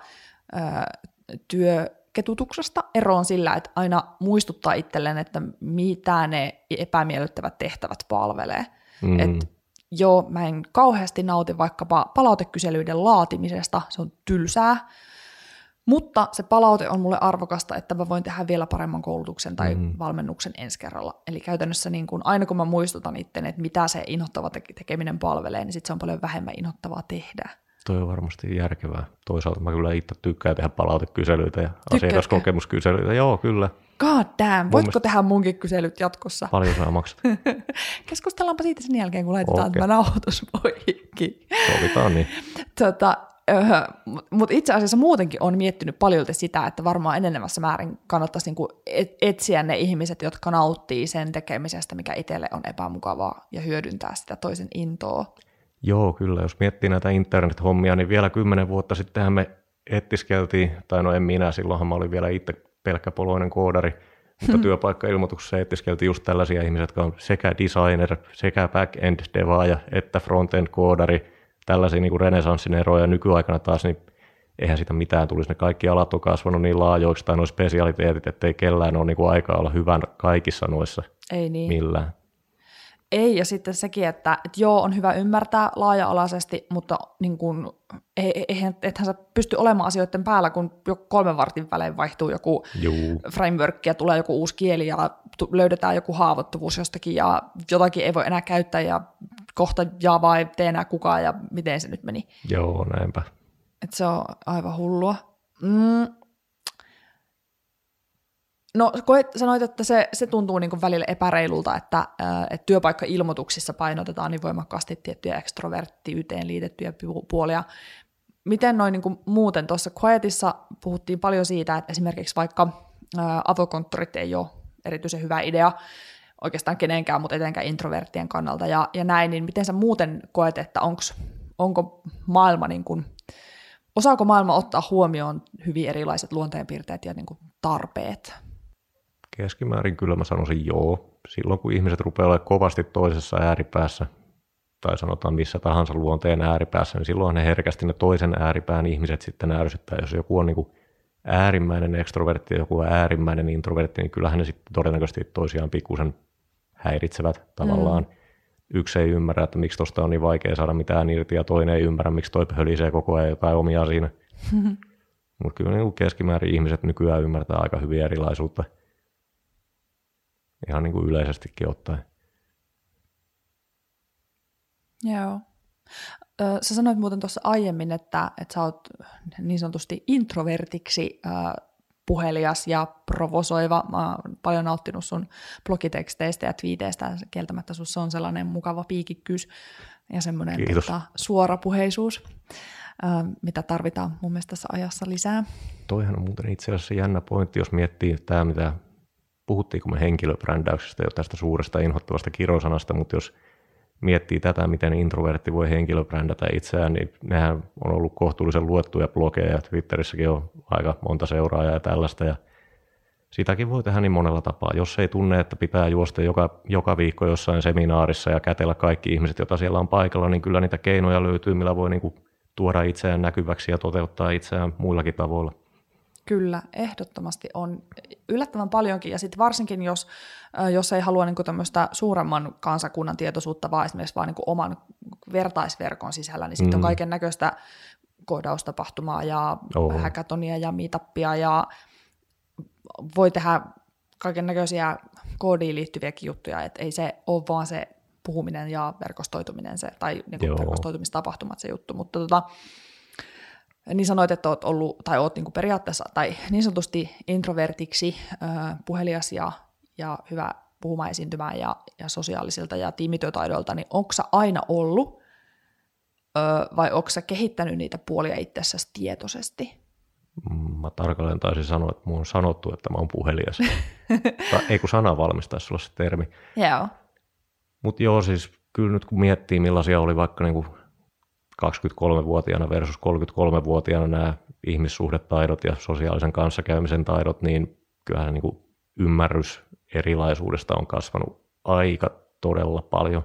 työ ketutuksesta eroon sillä, että aina muistuttaa itselleen, että mitä ne epämiellyttävät tehtävät palvelee. Mm. Et joo, mä en kauheasti nauti vaikkapa palautekyselyiden laatimisesta, se on tylsää, mutta se palaute on mulle arvokasta, että mä voin tehdä vielä paremman koulutuksen tai mm. valmennuksen ensi kerralla. Eli käytännössä niin kun, aina kun mä muistutan itteni, että mitä se inhottava tekeminen palvelee, niin sit se on paljon vähemmän inhottavaa tehdä. Toi on varmasti järkevää. Toisaalta mä kyllä itse tykkään tehdä palautekyselyitä ja Tykkäätkö? asiakaskokemuskyselyitä. Joo, kyllä. God damn, voitko mielestä tehdä munkin kyselyt jatkossa? Paljon saa maksat. Keskustellaanpa siitä sen jälkeen, kun laitetaan okay. tämä nauhoitus poikki. Sovitaan niin. Tota, mutta itse asiassa muutenkin olen miettinyt paljolti sitä, että varmaan enenevässä määrin kannattaisi niinku etsiä ne ihmiset, jotka nauttii sen tekemisestä, mikä itselle on epämukavaa, ja hyödyntää sitä toisen intoa. Joo, kyllä. Jos miettii näitä internet-hommia, niin vielä kymmenen vuotta sittenhän me etiskeltiin, tai no en minä, silloinhan mä olin vielä itse pelkkä poloinen koodari, mutta työpaikkailmoituksessa etiskeltiin just tällaisia ihmisiä, jotka on sekä designer, sekä back-end devaaja, että front-end koodari, tällaisia niin kuin renesanssin eroja. Nykyaikana taas, niin eihän sitä mitään tulisi. Ne kaikki alat on kasvanut niin laajoiksi tai nuo spesialiteetit, ettei kellään ole niin kuin aikaa olla hyvän kaikissa noissa Ei niin. millään. Ei, ja sitten sekin, että, että joo, on hyvä ymmärtää laaja-alaisesti, mutta niin kuin, eihän, ethän sä pysty olemaan asioiden päällä, kun jo kolmen vartin välein vaihtuu joku Juu. framework ja tulee joku uusi kieli ja löydetään joku haavoittuvuus jostakin ja jotakin ei voi enää käyttää ja kohta Java ei tee enää kukaan ja miten se nyt meni. Joo, näinpä. Että se on aivan hullua. Mm. No koet, sanoit, että se, se tuntuu niin kuin välillä epäreilulta, että, että työpaikka-ilmoituksissa painotetaan niin voimakkaasti tiettyjä ekstroverttiyteen liitettyjä puolia. Miten noin niin kuin muuten tuossa Quietissa puhuttiin paljon siitä, että esimerkiksi vaikka avokonttorit ei ole erityisen hyvä idea oikeastaan kenenkään, mutta etenkään introverttien kannalta ja, ja näin, niin miten sä muuten koet, että onks, onko maailma, niin kuin, osaako maailma ottaa huomioon hyvin erilaiset luonteenpiirteet ja niin kuin tarpeet? Keskimäärin kyllä mä sanoisin joo. Silloin kun ihmiset rupeaa olemaan kovasti toisessa ääripäässä, tai sanotaan missä tahansa luonteen ääripäässä, niin silloin ne herkästi ne toisen ääripään ihmiset sitten ärsyttää. Jos joku on niin kuin äärimmäinen ekstrovertti ja joku on äärimmäinen introvertti, niin kyllähän ne sitten todennäköisesti toisiaan pikkusen häiritsevät tavallaan. Mm. Yksi ei ymmärrä, että miksi tuosta on niin vaikea saada mitään irti, ja toinen ei ymmärrä, miksi toi hölisee koko ajan jotain omia siinä. Mutta kyllä niin keskimäärin ihmiset nykyään ymmärtää aika hyvin erilaisuutta. Ihan niin kuin yleisestikin ottaen. Joo. Sä sanoit muuten tuossa aiemmin, että, että sä oot niin sanotusti introvertiksi äh, puhelias ja provosoiva. Mä oon paljon nauttinut sun blogiteksteistä ja twiiteistä. Kieltämättä sussa on sellainen mukava piikikkyys ja semmoinen tota, suorapuheisuus, äh, mitä tarvitaan mun mielestä tässä ajassa lisää. Toihan on muuten itse asiassa jännä pointti, jos miettii tämä, mitä puhuttiinko me henkilöbrändäyksestä jo tästä suuresta inhottavasta kirosanasta, mutta jos miettii tätä, miten introvertti voi henkilöbrändätä itseään, niin nehän on ollut kohtuullisen luettuja blogeja ja Twitterissäkin on aika monta seuraajaa ja tällaista. Ja sitäkin voi tehdä niin monella tapaa. Jos ei tunne, että pitää juosta joka, joka viikko jossain seminaarissa ja kätellä kaikki ihmiset, joita siellä on paikalla, niin kyllä niitä keinoja löytyy, millä voi niin kuin tuoda itseään näkyväksi ja toteuttaa itseään muillakin tavoilla. Kyllä, ehdottomasti on yllättävän paljonkin, ja sitten varsinkin, jos, jos ei halua niin kuin tämmöistä suuremman kansakunnan tietoisuutta, vaan esimerkiksi vaan niin kuin oman vertaisverkon sisällä, niin sitten mm. on kaiken näköistä koodaustapahtumaa ja oh. hackathonia ja meetuppia, ja voi tehdä kaiken näköisiä koodiin liittyviäkin juttuja, että ei se ole vaan se puhuminen ja verkostoituminen se, tai niin kuin verkostoitumistapahtumat se juttu, mutta tota, niin sanoit, että oot ollut, tai oot niin kuin periaatteessa, tai niin sanotusti introvertiksi, äh, puhelias ja, ja hyvä puhumaan esiintymään ja, ja sosiaalisilta ja tiimityötaidoilta, niin onko sä aina ollut, äh, vai onko sä kehittänyt niitä puolia itsessäsi tietoisesti? Mä tarkalleen taisin sanoa, että mun on sanottu, että mä oon puhelias. tai, ei kun sana valmistaisi sulla se termi. Joo. Mutta joo, siis kyllä nyt kun miettii, millaisia oli vaikka niinku kaksikymmentäkolmevuotiaana versus kolmekymmentäkolmevuotiaana nämä ihmissuhdetaidot ja sosiaalisen kanssakäymisen taidot, niin kyllähän niin kuin ymmärrys erilaisuudesta on kasvanut aika todella paljon.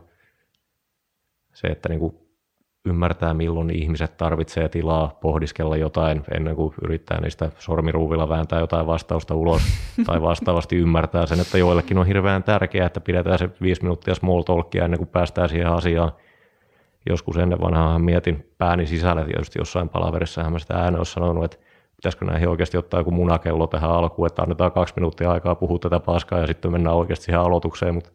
Se, että niin kuin ymmärtää, milloin ihmiset tarvitsee tilaa pohdiskella jotain ennen kuin yrittää niistä sormiruuvilla vääntää jotain vastausta ulos, tai vastaavasti ymmärtää sen, että joillekin on hirveän tärkeää, että pidetään se viisi minuuttia small talkia ennen kuin päästään siihen asiaan. Joskus ennen vanhaan mietin pääni sisällä, tietysti jossain palaverissahan mä sitä ääneen olisi sanonut, että pitäisikö näihin oikeasti ottaa joku munakello tähän alkuun, että annetaan kaksi minuuttia aikaa puhua tätä paskaa ja sitten mennään oikeasti siihen aloitukseen, mutta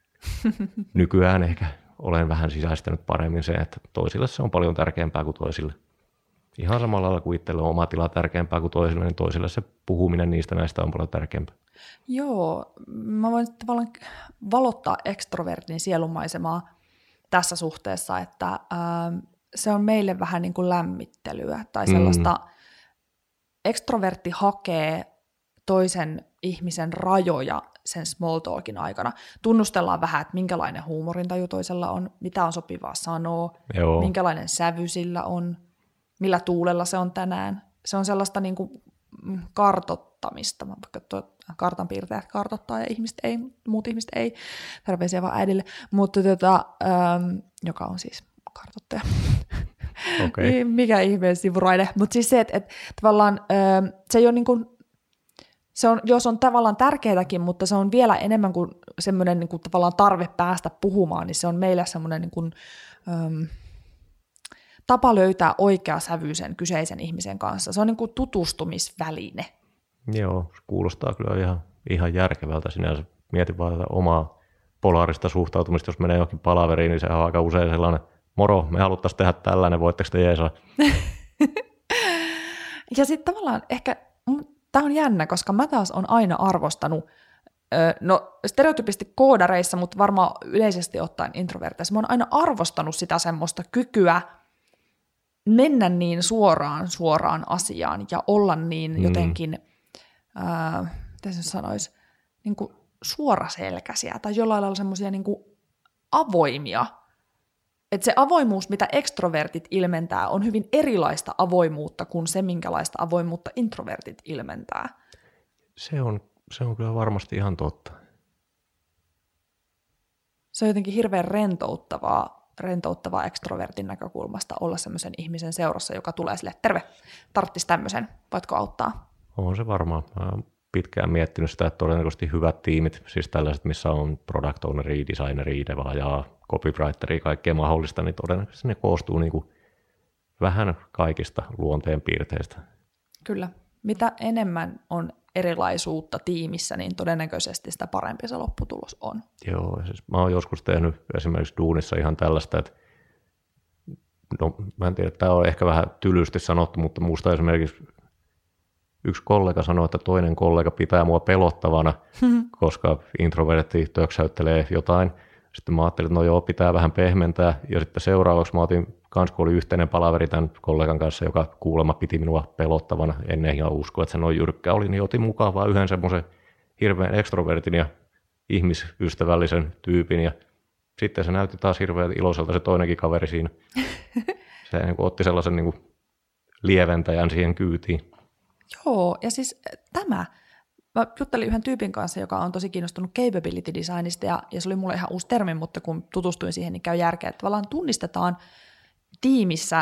nykyään ehkä olen vähän sisäistänyt paremmin se, että toisille se on paljon tärkeämpää kuin toisille. Ihan samalla lailla kuin itselle on oma tila tärkeämpää kuin toisille, niin toisille se puhuminen niistä näistä on paljon tärkeämpää. Joo, mä voin tavallaan valottaa ekstrovertin sielunmaisemaa tässä suhteessa, että äh, se on meille vähän niin kuin lämmittelyä tai sellaista, mm. ekstrovertti hakee toisen ihmisen rajoja sen small talkin aikana. Tunnustellaan vähän, että minkälainen huumorintaju toisella on, mitä on sopivaa sanoa, Joo. minkälainen sävy sillä on, millä tuulella se on tänään. Se on sellaista niin kuin kartottamista, vaikka tuo kartanpiirtäjät kartottaa ja ihmiset ei, muut ihmiset ei, terveisiä vaan äidille, mutta tota, ähm, joka on siis kartottaja. Okay. Mikä ihmeen sivuraide, mutta siis se, että, että tavallaan ähm, se ei ole niin kuin, se on, jos on tavallaan tärkeätäkin, mutta se on vielä enemmän kuin semmoinen niin kuin tavallaan tarve päästä puhumaan, niin se on meille semmoinen niin kuin, ähm, tapa löytää oikea sävy sen kyseisen ihmisen kanssa. Se on niin kuin tutustumisväline. Joo, se kuulostaa kyllä ihan, ihan järkevältä sinänsä. Mietin vaan tätä omaa polaarista suhtautumista, jos menee johonkin palaveriin, niin se on aika usein sellainen, moro, me haluttaisiin tehdä tällainen, voitteko te jeesaa? Ja sitten tavallaan ehkä, tämä on jännä, koska mä taas on aina arvostanut, no stereotypisesti koodareissa, mutta varmaan yleisesti ottaen introverteissa, mä oon aina arvostanut sitä semmoista kykyä mennä niin suoraan suoraan asiaan ja olla niin mm. jotenkin, ää, miten se sanoisi, niin kuin suoraselkäisiä tai jollain lailla semmoisia niin kuin avoimia. Että se avoimuus, mitä ekstrovertit ilmentää, on hyvin erilaista avoimuutta kuin se, minkälaista avoimuutta introvertit ilmentää. Se on, se on kyllä varmasti ihan totta. Se on jotenkin hirveän rentouttavaa, rentouttavaa ekstrovertin näkökulmasta olla semmoisen ihmisen seurassa, joka tulee sille, terve, tarttis tämmöisen, voitko auttaa? On se varmaan. Mä oon pitkään miettinyt sitä, että todennäköisesti hyvät tiimit, siis tällaiset, missä on product owneri, designeri, devaajaa, copywriteri, kaikkea mahdollista, niin todennäköisesti ne koostuu niin kuin vähän kaikista luonteen piirteistä. Kyllä. Mitä enemmän on erilaisuutta tiimissä, niin todennäköisesti sitä parempi se lopputulos on. Joo, siis mä oon joskus tehnyt esimerkiksi duunissa ihan tällaista, että no mä en tiedä, tämä on ehkä vähän tylysti sanottu, mutta muusta esimerkiksi yksi kollega sanoi, että toinen kollega pitää mua pelottavana, koska introvertti töksäyttelee jotain. Sitten mä ajattelin, että no joo, pitää vähän pehmentää. Ja sitten seuraavaksi mä otin kans, kun oli yhteinen palaveri tämän kollegan kanssa, joka kuulemma piti minua pelottavana. En ihan usko, että se noin jyrkkä oli, niin otin mukaan vaan yhden semmoisen hirveän ekstrovertin ja ihmisystävällisen tyypin. Ja sitten se näytti taas hirveän iloiselta se toinenkin kaveri siinä. Se niin kuin otti sellaisen niin kuin lieventäjän siihen kyytiin. Joo, ja siis tämä, mä juttelin yhden tyypin kanssa, joka on tosi kiinnostunut capability designista, ja, ja se oli mulle ihan uusi termi, mutta kun tutustuin siihen, niin käy järkeä, että tavallaan tunnistetaan tiimissä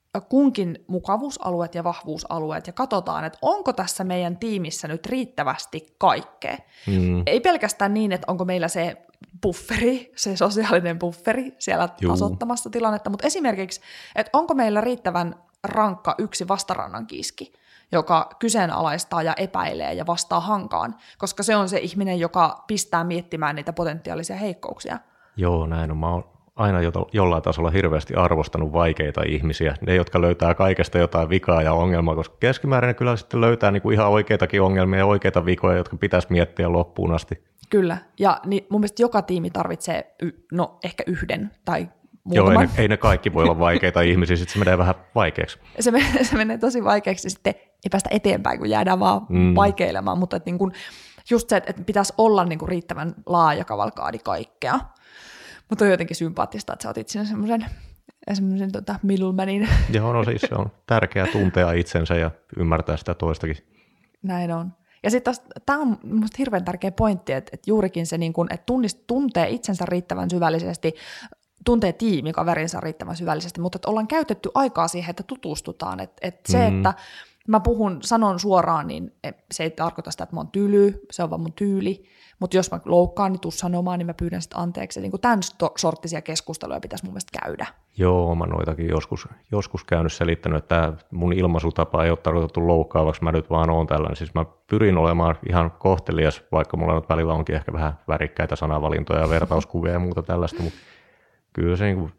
kunkin mukavuusalueet ja vahvuusalueet ja katsotaan, että onko tässä meidän tiimissä nyt riittävästi kaikkea. Mm. Ei pelkästään niin, että onko meillä se bufferi, se sosiaalinen bufferi siellä Juu. tasoittamassa tilannetta, mutta esimerkiksi, että onko meillä riittävän rankka yksi vastarannan kiiski, joka kyseenalaistaa ja epäilee ja vastaa hankaan, koska se on se ihminen, joka pistää miettimään niitä potentiaalisia heikkouksia. Joo, näin on. Mä oon aina jollain tasolla hirveästi arvostanut vaikeita ihmisiä, ne, jotka löytää kaikesta jotain vikaa ja ongelmaa, koska keskimäärin kyllä sitten löytää niinku ihan oikeitakin ongelmia ja oikeita vikoja, jotka pitäisi miettiä loppuun asti. Kyllä, ja niin mun mielestä joka tiimi tarvitsee y- no ehkä yhden tai muutaman. Joo, ei ne, ei ne kaikki voi olla vaikeita ihmisiä, sitten se menee vähän vaikeaksi. Se menee, se menee tosi vaikeaksi ja sitten ei päästä eteenpäin, kun jäädään vaan mm. vaikeilemaan, mutta että niin kun, just se, että pitäisi olla niin kun riittävän laaja kavalkaadi kaikkea. Mutta on jotenkin sympaattista, että sä otit sinne semmoisen, semmoisen tota middlemanin. Joo, no siis se on tärkeää tuntea itsensä ja ymmärtää sitä toistakin. Näin on. Ja sitten tämä on minusta hirveän tärkeä pointti, että, että juurikin se, niin kun, että tunnist, tuntee itsensä riittävän syvällisesti, tuntee tiimikaverinsa riittävän syvällisesti, mutta että ollaan käytetty aikaa siihen, että tutustutaan. Että, että se, mm. että mä puhun, sanon suoraan, niin se ei tarkoita sitä, että mä oon tyly, se on vaan mun tyyli. Mutta jos mä loukkaan, niin tuu sanomaan, niin mä pyydän sitten anteeksi. Niin tämän sorttisia keskusteluja pitäisi mun mielestä käydä. Joo, mä noitakin joskus, joskus käynyt selittänyt, että mun ilmaisutapa ei ole tarkoitettu loukkaavaksi, mä nyt vaan oon tällainen. Siis mä pyrin olemaan ihan kohtelias, vaikka mulla nyt välillä onkin ehkä vähän värikkäitä sanavalintoja ja vertauskuvia ja muuta tällaista, mutta kyllä se, niin kuin,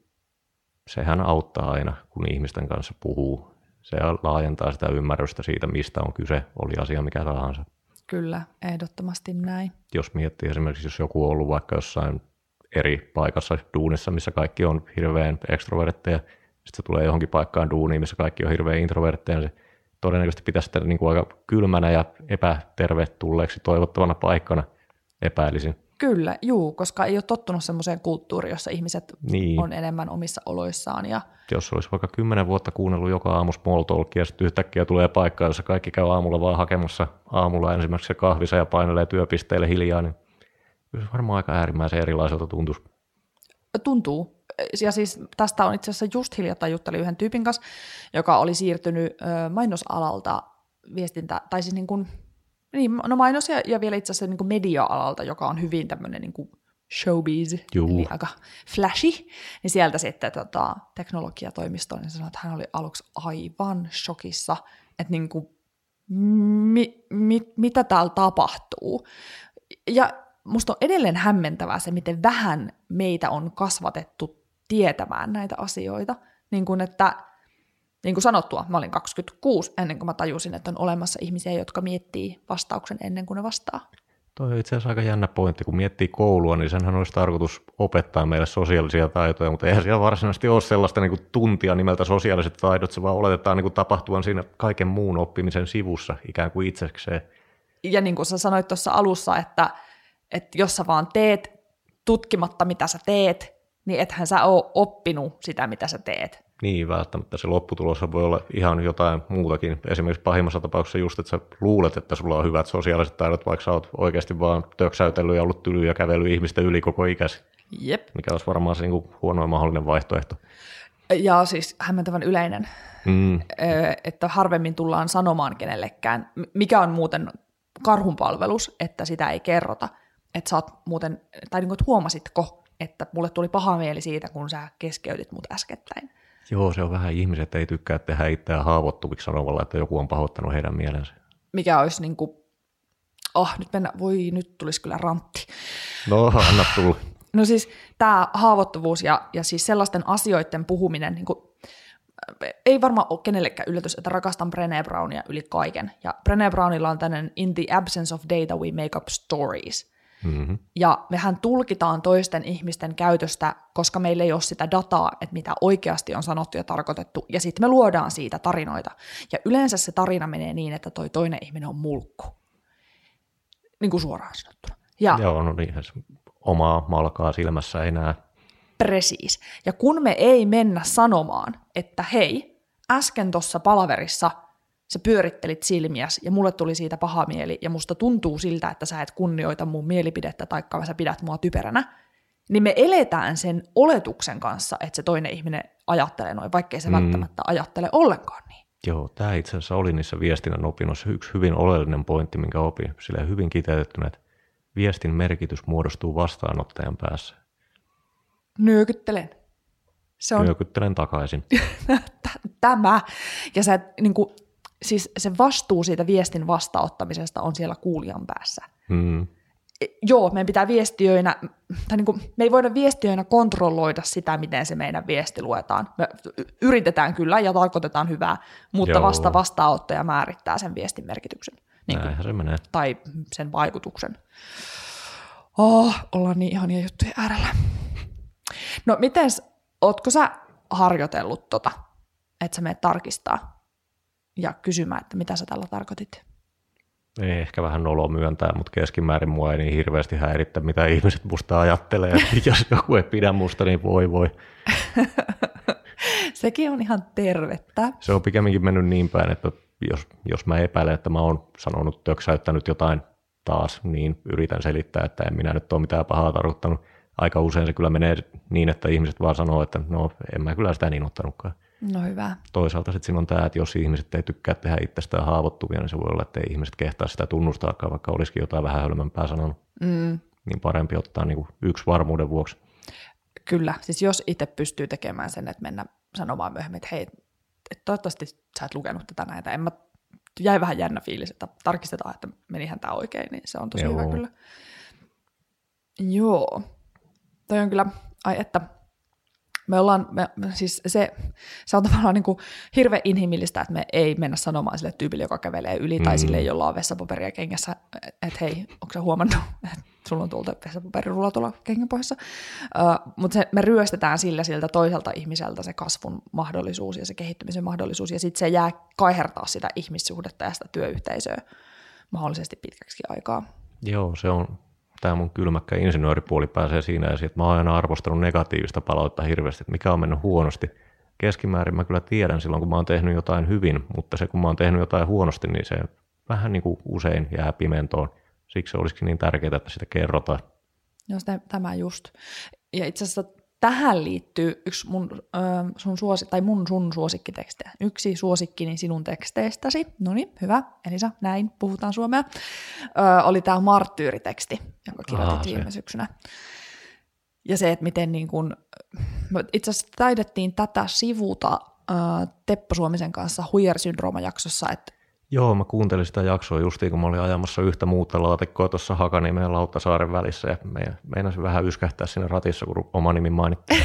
sehän auttaa aina, kun ihmisten kanssa puhuu. Se laajentaa sitä ymmärrystä siitä, mistä on kyse, oli asia mikä tahansa. Kyllä, ehdottomasti näin. Jos miettii esimerkiksi, jos joku on ollut vaikka jossain eri paikassa duunissa, missä kaikki on hirveän ekstrovertteja, sitten se tulee johonkin paikkaan duuniin, missä kaikki on hirveän introvertteja, niin se todennäköisesti pitäisi sitten niin kuin aika kylmänä ja epätervetulleeksi toivottavana paikkana, epäilisin. Kyllä, juu, koska ei ole tottunut semmoiseen kulttuuriin, jossa ihmiset niin. on enemmän omissa oloissaan. Ja jos olisi vaikka kymmenen vuotta kuunnellut joka aamu small talkia ja sitten yhtäkkiä tulee paikka, jossa kaikki käy aamulla vaan hakemassa aamulla ensimmäiseksi se kahvisa ja painelee työpisteille hiljaa, niin kyllä se varmaan aika äärimmäisen erilaiselta tuntuisi. Tuntuu. Ja siis tästä on itse asiassa just hiljattain juttelin yhden tyypin kanssa, joka oli siirtynyt mainosalalta viestintä, tai siis niin kuin Niin, no mainos ja, ja vielä itse asiassa niin kuin media-alalta, joka on hyvin tämmöinen niin kuin showbiz, Juu. eli aika flashy, niin sieltä sitten tota, teknologiatoimistoon, niin sanoi, että hän oli aluksi aivan shokissa, että niin kuin, mi, mi, mitä täällä tapahtuu. Ja musta on edelleen hämmentävää se, miten vähän meitä on kasvatettu tietämään näitä asioita, niin kuin että niin kuin sanottua, mä olin kaksikymmentäkuusi ennen kuin mä tajusin, että on olemassa ihmisiä, jotka miettii vastauksen ennen kuin ne vastaa. Toi on itse asiassa aika jännä pointti. Kun miettii koulua, niin senhän olisi tarkoitus opettaa meille sosiaalisia taitoja, mutta eihän siellä varsinaisesti ole sellaista niin kuin tuntia nimeltä sosiaaliset taidot, se vaan oletetaan niin kuin tapahtuvan siinä kaiken muun oppimisen sivussa ikään kuin itsekseen. Ja niin kuin sä sanoit tuossa alussa, että, että jos sä vaan teet tutkimatta, mitä sä teet, niin ethän sä ole oppinut sitä, mitä sä teet. Niin, välttämättä se lopputulos voi olla ihan jotain muutakin. Esimerkiksi pahimmassa tapauksessa just, että sä luulet, että sulla on hyvät sosiaaliset taidot, vaikka sä oot oikeasti vaan töksäytellyt ja ollut tyly ja kävellyt ihmisten yli koko ikäsi. Jep. Mikä olisi varmaan se niin kuin huonoin mahdollinen vaihtoehto. Ja siis hämmentävän yleinen, mm. että harvemmin tullaan sanomaan kenellekään, mikä on muuten karhunpalvelus, että sitä ei kerrota. Että sä oot muuten, tai niin kuin, että huomasitko, että mulle tuli paha mieli siitä, kun sä keskeytit mut äskettäin. Joo, se on vähän ihmiset ei tykkää tehdä itseään haavoittuviksi sanomalla, että joku on pahoittanut heidän mielensä. Mikä olisi niin kuin, oh, nyt mennä, voi nyt tulisi kyllä rantti. No, anna tulla. No siis tämä haavoittuvuus ja, ja siis sellaisten asioiden puhuminen, niin kuin, ei varmaan ole kenellekään yllätys, että rakastan Brené Brownia yli kaiken. Ja Brené Brownilla on tämmöinen In the absence of data we make up stories. Mm-hmm. Ja mehän tulkitaan toisten ihmisten käytöstä, koska meillä ei ole sitä dataa, että mitä oikeasti on sanottu ja tarkoitettu, ja sitten me luodaan siitä tarinoita. Ja yleensä se tarina menee niin, että toi toinen ihminen on mulkku. Niin kuin suoraan sanottuna. Ja Joo, no niin, omaa malkaa silmässä ei näe. Presiis. Ja kun me ei mennä sanomaan, että hei, äsken tuossa palaverissa sä pyörittelit silmiäs ja mulle tuli siitä paha mieli ja musta tuntuu siltä, että sä et kunnioita mun mielipidettä taikka sä pidät mua typeränä, niin me eletään sen oletuksen kanssa, että se toinen ihminen ajattelee noin, vaikkei se mm. välttämättä ajattele ollenkaan niin. Joo, tämä itse asiassa oli niissä viestinnän opinnoissa yksi hyvin oleellinen pointti, minkä opin. Sillä hyvin kiteytettynä, että viestin merkitys muodostuu vastaanottajan päässä. Nyökyttelen. Se on... Nyökyttelen takaisin. Tämä. Ja sä, niin kuin, siis se vastuu siitä viestin vastaanottamisesta on siellä kuulijan päässä. Hmm. Joo, meidän pitää viestiöinä, tai niin kuin, me ei voida viestiöinä kontrolloida sitä, miten se meidän viesti luetaan. Me yritetään kyllä ja tarkoitetaan hyvää, mutta Joo. vasta vastaanottaja määrittää sen viestin merkityksen. Niin kuin, Näinhän se menee. Tai sen vaikutuksen. Oh, ollaan niin ihania juttuja äärellä. No mites, ootko sä harjoitellut tota, että sä menet tarkistaa ja kysymään, että mitä sä tällä tarkoitit? Ei ehkä vähän nolo myöntää, mutta keskimäärin mua ei niin hirveästi häirittä, mitä ihmiset musta ajattelee. Jos joku ei pidä musta, niin voi voi. Sekin on ihan tervettä. Se on pikemminkin mennyt niin päin, että jos, jos mä epäilen, että mä oon sanonut, töksäyttänyt jotain taas, niin yritän selittää, että en minä nyt ole mitään pahaa tarkoittanut. Aika usein se kyllä menee niin, että ihmiset vaan sanoo, että no en mä kyllä sitä niin ottanutkaan. No hyvä. Toisaalta sitten siinä on tämä, että jos ihmiset ei tykkää tehdä itsestään haavoittuvia, niin se voi olla, että ei ihmiset kehtaa sitä tunnustaakaan, vaikka olisikin jotain vähän hölmömpää sanonut. Mm. Niin parempi ottaa niin kuin yksi varmuuden vuoksi. Kyllä, siis jos itse pystyy tekemään sen, että mennä sanomaan myöhemmin, että hei, että toivottavasti sä et lukenut tätä näitä, en mä, jäi vähän jännä fiilis, että tarkistetaan, että menihän tämä oikein, niin se on tosi Joo. hyvä kyllä. Joo, toi on kyllä, ai että... Me ollaan, me, siis se, se on tavallaan niin kuin hirveän inhimillistä, että me ei mennä sanomaan sille tyypille, joka kävelee yli, mm. tai sille, jolla on vessapaperia kengässä, että hei, onko sä huomannut, että sulla on tuolta vessapaperirulla tuolla kengänpohjassa. Uh, mutta me ryöstetään sillä siltä toiselta ihmiseltä se kasvun mahdollisuus ja se kehittymisen mahdollisuus, ja sitten se jää kaihertaa sitä ihmissuhdetta ja sitä työyhteisöä mahdollisesti pitkäksi aikaa. Joo, se on... Tämä mun kylmäkkä insinööripuoli pääsee siinä esiin, että mä oon aina arvostanut negatiivista palautetta hirveästi, että mikä on mennyt huonosti. Keskimäärin mä kyllä tiedän silloin, kun mä oon tehnyt jotain hyvin, mutta se kun mä oon tehnyt jotain huonosti, niin se vähän niin kuin usein jää pimentoon. Siksi se olisikin niin tärkeää, että sitä kerrotaan. Joo, tämä just. Ja itse asiassa tähän liittyy yksi mun, äh, sun suosi, tai mun sun suosikkitekstejä. Yksi suosikkini sinun teksteistäsi. No niin, hyvä. Elisa, näin, puhutaan suomea. Äh, oli tämä marttyyriteksti, jonka kirjoitit Aa, viime syksynä. Ja se, että miten niin kun, itse asiassa taidettiin tätä sivuta äh, Teppo Suomisen kanssa Huijer-syndrooma-jaksossa, että Joo, mä kuuntelin sitä jaksoa justiin, kun mä olin ajamassa yhtä muuta laatikkoa tuossa Hakaniemen ja Lauttasaaren välissä, ja meinasin vähän yskähtää sinne ratissa, kun oma nimi mainittiin.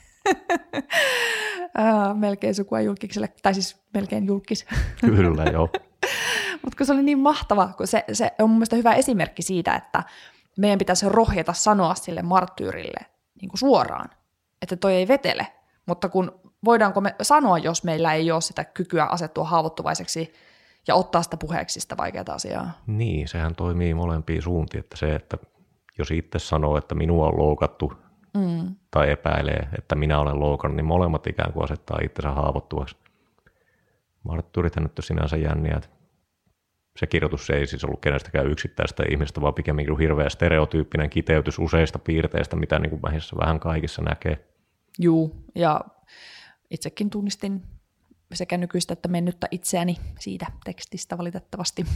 Melkein sukua julkikselle, tai siis melkein julkis. Kyllä, joo. Mutta se oli niin mahtava, kun se, se on mun mielestä hyvä esimerkki siitä, että meidän pitäisi rohjeta sanoa sille marttyyrille niin kuin suoraan, että toi ei vetele, mutta kun voidaanko me sanoa, jos meillä ei ole sitä kykyä asettua haavoittuvaiseksi, ja ottaa sitä puheeksi sitä vaikeaa asiaa. Niin, sehän toimii molempiin suuntiin, että se, että jos itse sanoo, että minua on loukattu mm. tai epäilee, että minä olen loukannut, niin molemmat ikään kuin asettaa itsensä haavoittuvaksi. Marttyyrit nyt sinänsä jänniä, että se kirjoitus ei siis ollut kenestäkään yksittäistä ihmistä, vaan pikemminkin hirveä stereotyyppinen kiteytys useista piirteistä, mitä niin kuin vähän kaikissa näkee. Juu, ja itsekin tunnistin sekä nykyistä että mennyttä itseäni siitä tekstistä valitettavasti.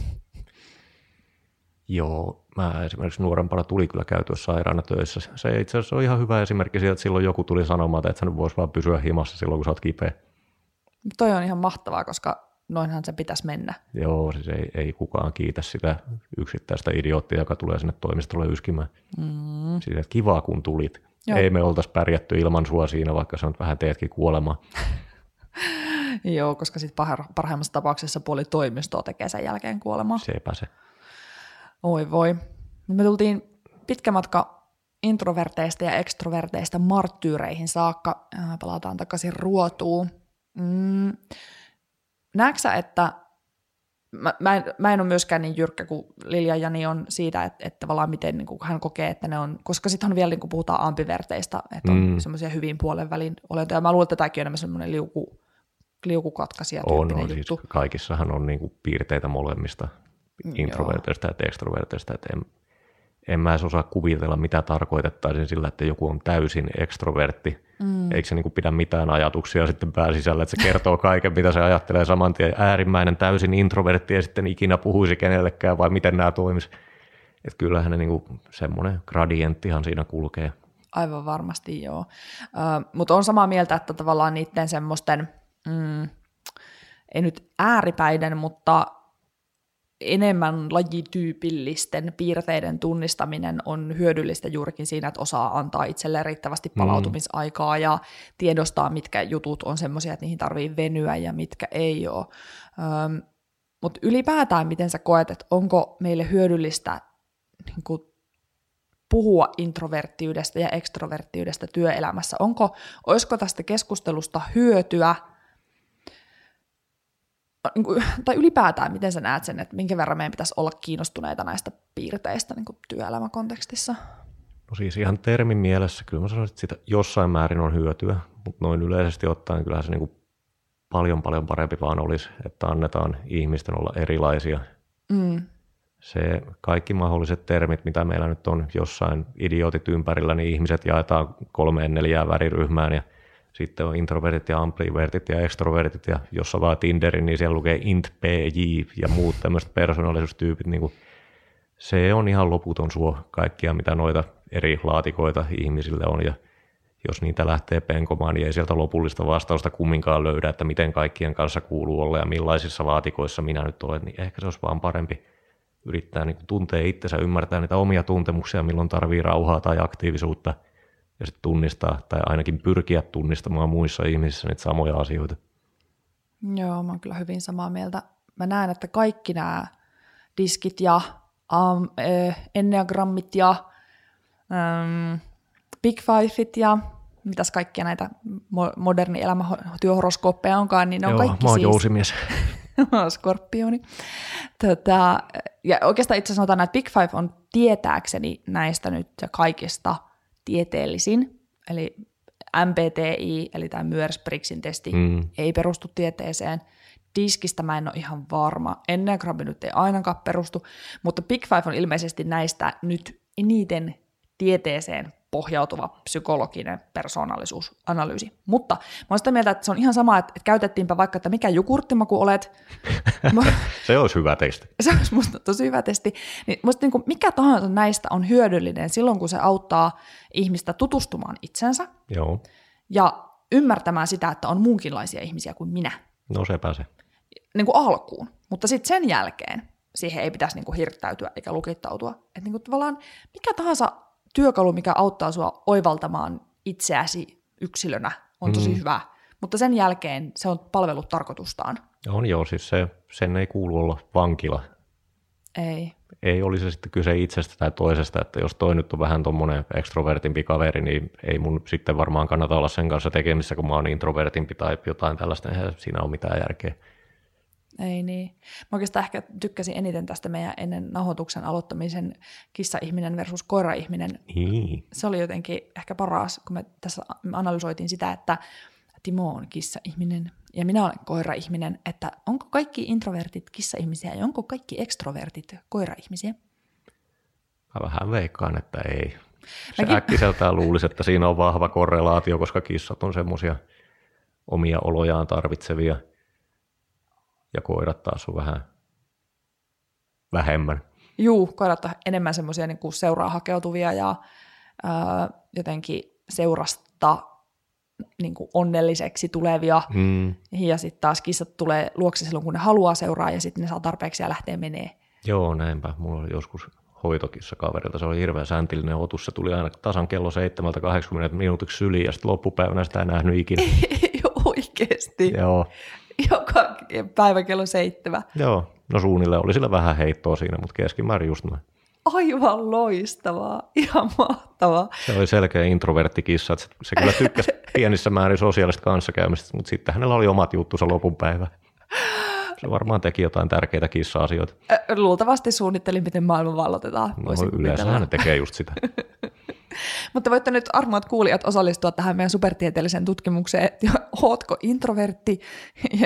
Joo, mä esimerkiksi nuorempana tuli kyllä käytyä sairaana töissä. Se itse asiassa on ihan hyvä esimerkki siitä, että silloin joku tuli sanomaan, että sä nyt vois vaan pysyä himassa silloin, kun sä oot kipeä. Toi on ihan mahtavaa, koska noinhan se pitäisi mennä. Joo, siis ei, ei kukaan kiitä sitä yksittäistä idioottia, joka tulee sinne toimistolle yskimään. Mm. Siis että kivaa kun tulit. Joo. Ei me oltaisi pärjätty ilman sua siinä, vaikka sä nyt vähän teetkin kuolemaan. Joo, koska sitten parhaimmassa tapauksessa puoli toimistoa tekee sen jälkeen kuolemaa. Sepä se. Oi voi. Me tultiin pitkä matka introverteista ja ekstroverteista marttyyreihin saakka. Palataan takaisin ruotuun. Mm. Näetkö sä, että mä, mä, en, mä en ole myöskään niin jyrkkä kuin Lilja Jani on siitä, että, että tavallaan miten niin kuin hän kokee, että ne on, koska sittenhän vielä niin kuin puhutaan ambiverteista, että on mm. semmoisia hyvin puolen välin olentoja. Mä luulen, että tämäkin on enemmän semmoinen liuku, liukukatkaisija tyyppinen on, juttu. Siis kaikissahan on niin kuin piirteitä molemmista, introverteista ja extroverteista, että en, en mä edes osaa kuvitella, mitä tarkoitettaisiin sillä, että joku on täysin ekstrovertti. Mm. Eikö se niin kuin pidä mitään ajatuksia sitten pääsisällä, että se kertoo kaiken, mitä se ajattelee saman tien. Äärimmäinen täysin introvertti ja sitten ikinä puhuisi kenellekään, vai miten nämä toimisi. Että kyllähän ne niin kuin semmoinen gradienttihan siinä kulkee. Aivan varmasti joo. Uh, mutta on samaa mieltä, että tavallaan niiden semmoisten, mm, ei nyt ääripäiden, mutta enemmän lajityypillisten piirteiden tunnistaminen on hyödyllistä juurikin siinä, että osaa antaa itselleen riittävästi palautumisaikaa ja tiedostaa, mitkä jutut on semmoisia, että niihin tarvii venyä ja mitkä ei ole. Um, mutta ylipäätään, miten sä koet, että onko meille hyödyllistä niin kuin puhua introverttiydestä ja ekstroverttiydestä työelämässä? Onko, olisiko tästä keskustelusta hyötyä, tai ylipäätään, miten sä näet sen, että minkä verran meidän pitäisi olla kiinnostuneita näistä piirteistä niin kuin työelämäkontekstissa? No siis ihan termin mielessä, kyllä mä sanoisin, että sitä jossain määrin on hyötyä, mutta noin yleisesti ottaen kyllähän se niin kuin paljon paljon parempi vaan olisi, että annetaan ihmisten olla erilaisia. Mm. Se kaikki mahdolliset termit, mitä meillä nyt on jossain idiootit ympärillä, niin ihmiset jaetaan kolmeen neljään väriryhmään ja sitten on introvertit ja amplivertit ja extrovertit ja jos saa vaan Tinderin, niin siellä lukee int, p, j ja muut tämmöiset persoonallisuustyypit. Niin kuin se on ihan loputon suo kaikkia, mitä noita eri laatikoita ihmisille on ja jos niitä lähtee penkomaan, niin ei sieltä lopullista vastausta kumminkaan löydä, että miten kaikkien kanssa kuuluu olla ja millaisissa laatikoissa minä nyt olen, niin ehkä se olisi vaan parempi yrittää niin kuin tuntea itsensä, ymmärtää niitä omia tuntemuksia, milloin tarvii rauhaa tai aktiivisuutta ja sitten tunnistaa tai ainakin pyrkiä tunnistamaan muissa ihmisissä niitä samoja asioita. Joo, mä oon kyllä hyvin samaa mieltä. Mä näen, että kaikki nämä diskit ja um, äh, enneagrammit ja um, big fiveit ja mitäs kaikkia näitä moderni elämä työhoroskooppeja onkaan, niin ne on Joo, kaikki mä oon siis... jousimies. Mä oon skorpioni. Tota, ja oikeastaan itse asiassa sanotaan, että Big Five on tietääkseni näistä nyt kaikista tieteellisin, eli M B T I, eli tämä Myers-Briggsin testi, mm. ei perustu tieteeseen. Diskistä mä en ole ihan varma. Enneagrammi nyt ei ainakaan perustu, mutta Big Five on ilmeisesti näistä nyt eniten tieteeseen pohjautuva psykologinen persoonallisuusanalyysi. Mutta mä oon sitä mieltä, että se on ihan sama, että käytettiinpä vaikka, että mikä jogurttimaku olet. Se olisi hyvä testi. Se olisi musta tosi hyvä testi. Niin musta niin kuin mikä tahansa näistä on hyödyllinen silloin, kun se auttaa ihmistä tutustumaan itsensä. Joo. Ja ymmärtämään sitä, että on muunkinlaisia ihmisiä kuin minä. No sepä se. Niin kuin alkuun. Mutta sitten sen jälkeen siihen ei pitäisi niin kuin hirttäytyä eikä lukittautua. Että niin kuin tavallaan mikä tahansa työkalu, mikä auttaa sua oivaltamaan itseäsi yksilönä, on tosi mm. hyvä. Mutta sen jälkeen se on palvellut tarkoitustaan. On joo, siis se, sen ei kuulu olla vankila. Ei. Ei olisi se sitten kyse itsestä tai toisesta, että jos toi nyt on vähän tommonen ekstrovertimpi kaveri, niin ei mun sitten varmaan kannata olla sen kanssa tekemissä, kun mä oon introvertimpi tai jotain tällaista, eihän siinä ole mitään järkeä. Ei niin. Mä oikeastaan ehkä tykkäsin eniten tästä meidän ennen nauhoituksen aloittamisen kissa-ihminen versus koira-ihminen. Niin. Se oli jotenkin ehkä paras, kun me tässä analysoitiin sitä, että Timo on kissa-ihminen ja minä olen koira-ihminen, että onko kaikki introvertit kissa-ihmisiä ja onko kaikki ekstrovertit koira-ihmisiä? Mä vähän veikkaan, että ei. Se Mäkin... äkkiseltään luulisi, että siinä on vahva korrelaatio, koska kissat on semmoisia omia olojaan tarvitsevia. Ja koirat taas on vähän vähemmän. Juu, koirat on enemmän semmoisia niin kuin seuraa hakeutuvia ja ää, jotenkin seurasta niin kuin onnelliseksi tulevia. Mm. Ja sitten taas kissat tulee luokse silloin, kun ne haluaa seuraa ja sitten ne saa tarpeeksi ja lähtee menee. Joo, näinpä. Mulla oli joskus hoitokissa kaverilta. Se oli hirveän säntillinen otus. Se tuli aina tasan kello seitsemältä kahdeksankymmentä minuutiksi syliin ja sitten loppupäivänä sitä ei nähnyt ikinä. Oikeasti. Joo. Joka päivä kello seitsemän. Joo, no suunnilleen oli sillä vähän heittoa siinä, mutta keskimäärin just noin. Aivan loistavaa, ihan mahtavaa. Se oli selkeä introverttikissa, että se kyllä tykkäsi pienissä määrin sosiaalista kanssakäymistä, mutta sitten hänellä oli omat juttunsa lopun päivä. Se varmaan teki jotain tärkeitä kissa-asioita. Luultavasti suunnittelin, miten maailma vallotetaan. No yleensä ne tekee just sitä. Mutta voitte nyt armoat kuulijat osallistua tähän meidän supertieteelliseen tutkimukseen, että ootko introvertti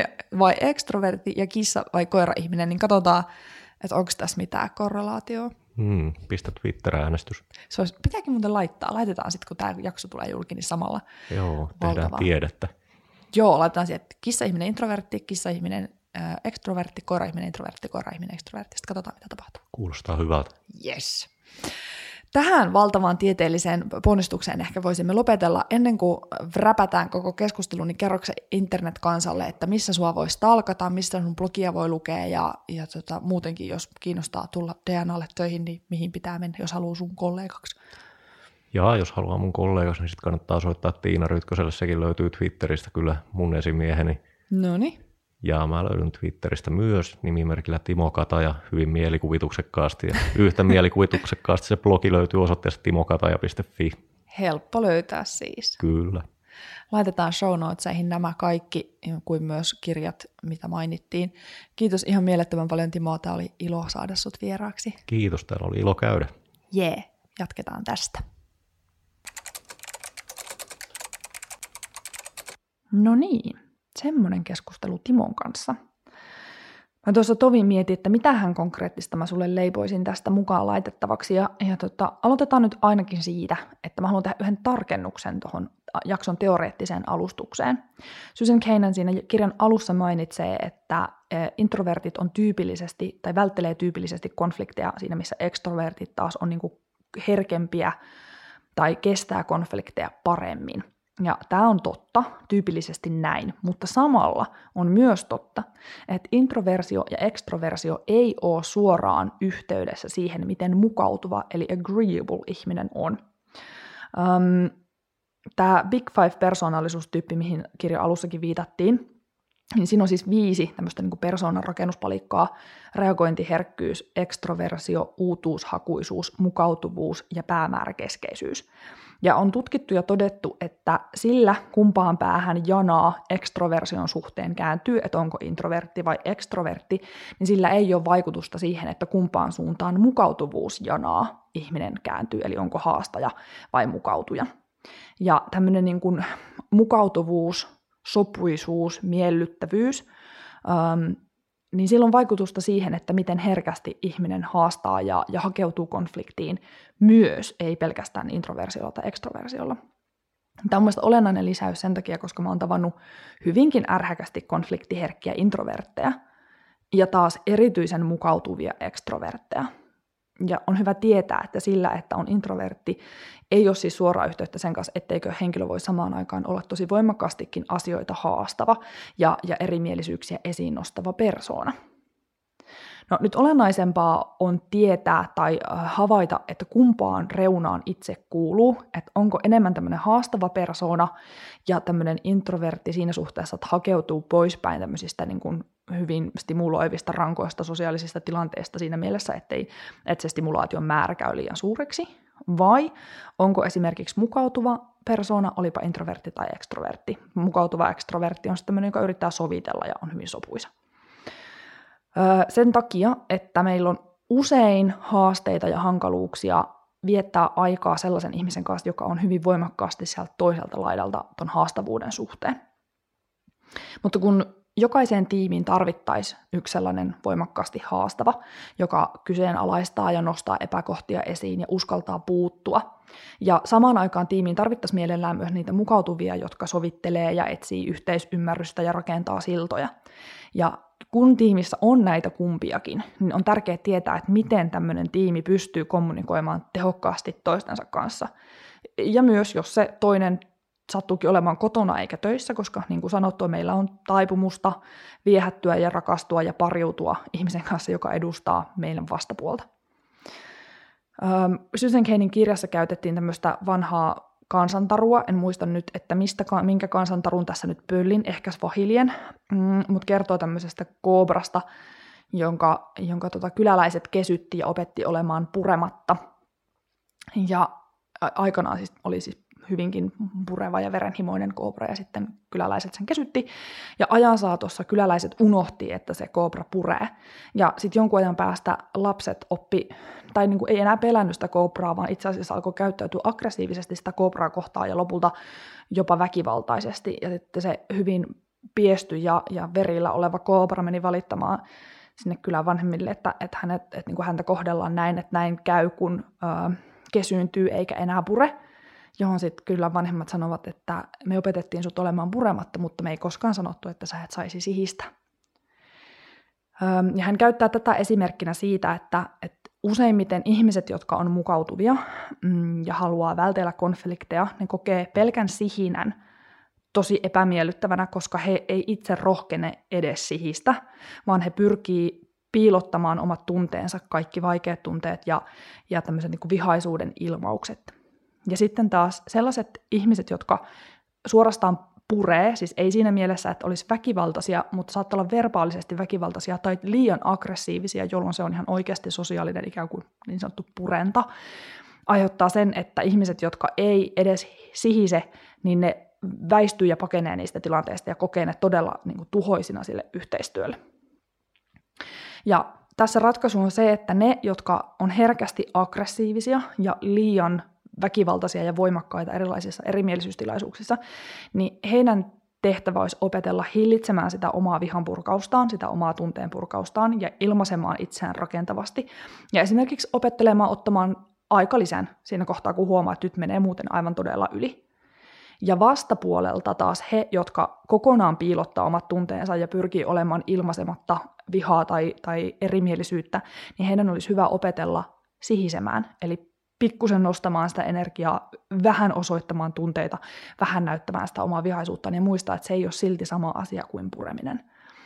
vai ekstrovertti ja kissa vai koira-ihminen, niin katsotaan, että onko tässä mitään korrelaatioa. Hmm, pistä Twitter-äänestys. Se olisi, pitääkin muuten laittaa. Laitetaan sitten, kun tämä jakso tulee julki, niin samalla. Joo, tehdään valtava. tiedettä. Joo, laitetaan siihen, että kissa-ihminen introvertti, kissa-ihminen äh, ekstrovertti, koira-ihminen introvertti, koira-ihminen ekstrovertti. Sitten katsotaan, mitä tapahtuu. Kuulostaa hyvältä. Yes. Tähän valtavaan tieteelliseen ponnistukseen ehkä voisimme lopetella. Ennen kuin räpätään koko keskustelu, niin kerroksä internet-kansalle, että missä sua voi stalkata, missä sun blogia voi lukea ja, ja tota, muutenkin, jos kiinnostaa tulla D N A:lle töihin, niin mihin pitää mennä, jos haluaa sun kollegaksi. Ja jos haluaa mun kollegaksi, niin sitten kannattaa soittaa Tiina Rytköselle. Sekin löytyy Twitteristä kyllä mun esimieheni. Noniin. Ja mä löydyn Twitteristä myös nimimerkillä Timo Kataja hyvin mielikuvituksekkaasti. Ja yhtä mielikuvituksekkaasti se blogi löytyy osoitteessa timokataja piste fi. Helppo löytää siis. Kyllä. Laitetaan show notesihin nämä kaikki, kuin myös kirjat, mitä mainittiin. Kiitos ihan mielettömän paljon, Timo. Tämä oli ilo saada sut vieraaksi. Kiitos, täällä oli ilo käydä. Jee, yeah. Jatketaan tästä. No niin, semmoinen keskustelu Timon kanssa. Mä tuossa tovin mietin, että mitähän konkreettista mä sulle leipoisin tästä mukaan laitettavaksi. Ja, ja tota, aloitetaan nyt ainakin siitä, että mä haluan tehdä yhden tarkennuksen tuohon jakson teoreettiseen alustukseen. Susan Cain siinä kirjan alussa mainitsee, että introvertit on tyypillisesti, tai välttelee tyypillisesti konflikteja siinä, missä extrovertit taas on niinku herkempiä tai kestää konflikteja paremmin. Ja tämä on totta, tyypillisesti näin, mutta samalla on myös totta, että introversio ja extroversio ei ole suoraan yhteydessä siihen, miten mukautuva eli agreeable ihminen on. Um, tämä Big Five-persoonallisuustyyppi, mihin kirjan alussakin viitattiin, niin siinä on siis viisi tämmöistä niin kuin persoonan rakennuspalikkaa: reagointiherkkyys, ekstroversio, uutuushakuisuus, mukautuvuus ja päämääräkeskeisyys. Ja on tutkittu ja todettu, että sillä kumpaan päähän janaa ekstroversion suhteen kääntyy, että onko introvertti vai ekstrovertti, niin sillä ei ole vaikutusta siihen, että kumpaan suuntaan mukautuvuus janaa ihminen kääntyy, eli onko haastaja vai mukautuja. Ja tämmöinen niin kuin mukautuvuus, sopuisuus, miellyttävyys, ähm, niin sillä on vaikutusta siihen, että miten herkästi ihminen haastaa ja, ja hakeutuu konfliktiin myös, ei pelkästään introversiolla tai ekstroversiolla. Tämä on mielestäni olennainen lisäys sen takia, koska mä oon tavannut hyvinkin ärhäkästi konfliktiherkkiä introvertteja ja taas erityisen mukautuvia ekstrovertteja. Ja on hyvä tietää, että sillä, että on introvertti, ei ole siis suoraa yhteyttä sen kanssa, etteikö henkilö voi samaan aikaan olla tosi voimakkaastikin asioita haastava ja, ja erimielisyyksiä esiin nostava persoona. No nyt olennaisempaa on tietää tai havaita, että kumpaan reunaan itse kuuluu, että onko enemmän tämmöinen haastava persoona ja tämmöinen introvertti siinä suhteessa, että hakeutuu poispäin tämmöisistä niin kuin hyvin stimuloivista, rankoista sosiaalisista tilanteista siinä mielessä, ettei, että se stimulaation määrä käy liian suureksi, vai onko esimerkiksi mukautuva persoona, olipa introvertti tai ekstrovertti. Mukautuva ekstrovertti on sitten tämmöinen, joka yrittää sovitella ja on hyvin sopuisa. Öö, sen takia, että meillä on usein haasteita ja hankaluuksia viettää aikaa sellaisen ihmisen kanssa, joka on hyvin voimakkaasti sieltä toiselta laidalta ton haastavuuden suhteen. Mutta kun jokaiseen tiimiin tarvittaisiin yksi sellainen voimakkaasti haastava, joka kyseenalaistaa ja nostaa epäkohtia esiin ja uskaltaa puuttua. Ja samaan aikaan tiimiin tarvittaisiin mielellään myös niitä mukautuvia, jotka sovittelee ja etsii yhteisymmärrystä ja rakentaa siltoja. Ja kun tiimissä on näitä kumpiakin, niin on tärkeää tietää, että miten tämmöinen tiimi pystyy kommunikoimaan tehokkaasti toistensa kanssa. Ja myös, jos se toinen sattuukin olemaan kotona eikä töissä, koska niin kuin sanottu, meillä on taipumusta viehättyä ja rakastua ja pariutua ihmisen kanssa, joka edustaa meidän vastapuolta. Ähm, Susan Cainin kirjassa käytettiin tämmöistä vanhaa kansantarua, en muista nyt, että mistä, minkä kansantarun tässä nyt pöllin, ehkä swahilien, mm, mutta kertoo tämmöisestä koobrasta, jonka, jonka tota, kyläläiset kesytti ja opetti olemaan purematta. Ja aikanaan siis oli siis hyvinkin pureva ja verenhimoinen koobra, ja sitten kyläläiset sen kesytti, ja ajan saatossa kyläläiset unohti, että se koobra puree. Ja sitten jonkun ajan päästä lapset oppi, tai niinku ei enää pelännyt sitä koobraa, vaan itse asiassa alkoi käyttäytyä aggressiivisesti sitä koobraa kohtaan, ja lopulta jopa väkivaltaisesti, ja sitten se hyvin piesty ja, ja verillä oleva koobra meni valittamaan sinne kylän vanhemmille, että, että, hänet, että niin kuin häntä kohdellaan näin, että näin käy, kun ää, kesyyntyy eikä enää pure. Johon sitten kyllä vanhemmat sanovat, että me opetettiin sut olemaan purematta, mutta me ei koskaan sanottu, että sä et saisi sihistä. Ja hän käyttää tätä esimerkkinä siitä, että, että useimmiten ihmiset, jotka on mukautuvia ja haluaa vältellä konflikteja, ne kokee pelkän sihinän tosi epämiellyttävänä, koska he ei itse rohkene edes sihistä, vaan he pyrkii piilottamaan omat tunteensa, kaikki vaikeat tunteet ja, ja tämmöiset niin kuin vihaisuuden ilmaukset. Ja sitten taas sellaiset ihmiset, jotka suorastaan puree, siis ei siinä mielessä, että olisi väkivaltaisia, mutta saattaa olla verbaalisesti väkivaltaisia tai liian aggressiivisia, jolloin se on ihan oikeasti sosiaalinen ikään kuin niin sanottu purenta, aiheuttaa sen, että ihmiset, jotka ei edes sihise, niin ne väistyy ja pakenee niistä tilanteista ja kokee ne todella niin kuin tuhoisina sille yhteistyölle. Ja tässä ratkaisu on se, että ne, jotka on herkästi aggressiivisia ja liian väkivaltaisia ja voimakkaita erilaisissa erimielisyystilaisuuksissa, niin heidän tehtävä olisi opetella hillitsemään sitä omaa vihan purkaustaan, sitä omaa tunteen purkaustaan ja ilmaisemaan itseään rakentavasti. Ja esimerkiksi opettelemaan ottamaan aikalisän siinä kohtaa, kun huomaa, että nyt menee muuten aivan todella yli. Ja vastapuolelta taas he, jotka kokonaan piilottaa omat tunteensa ja pyrkii olemaan ilmaisematta vihaa tai, tai erimielisyyttä, niin heidän olisi hyvä opetella sihisemään, eli pikkusen nostamaan sitä energiaa, vähän osoittamaan tunteita, vähän näyttämään sitä omaa vihaisuuttaan ja muistaa, että se ei ole silti sama asia kuin pureminen.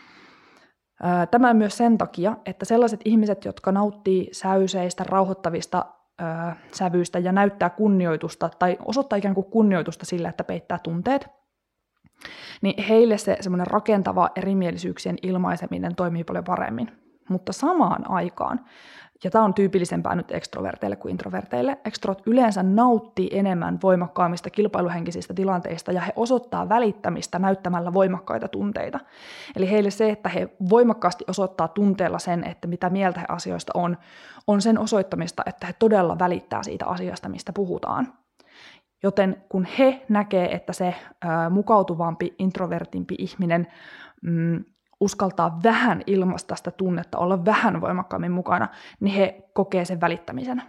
Tämä myös sen takia, että sellaiset ihmiset, jotka nauttii säyseistä, rauhoittavista ö, sävyistä ja näyttää kunnioitusta tai osoittaa ikään kuin kunnioitusta sillä, että peittää tunteet, niin heille se semmoinen rakentava erimielisyyksien ilmaiseminen toimii paljon paremmin. Mutta samaan aikaan, ja tämä on tyypillisempää nyt ekstroverteille kuin introverteille, ekstrot yleensä nauttii enemmän voimakkaammista kilpailuhenkisistä tilanteista ja he osoittaa välittämistä näyttämällä voimakkaita tunteita. Eli heille se, että he voimakkaasti osoittaa tunteella sen, että mitä mieltä he asioista on, on sen osoittamista, että he todella välittää siitä asiasta, mistä puhutaan. Joten kun he näkee, että se ää, mukautuvampi, introvertimpi ihminen mm, uskaltaa vähän ilmaista sitä tunnetta, olla vähän voimakkaammin mukana, niin he kokee sen välittämisenä.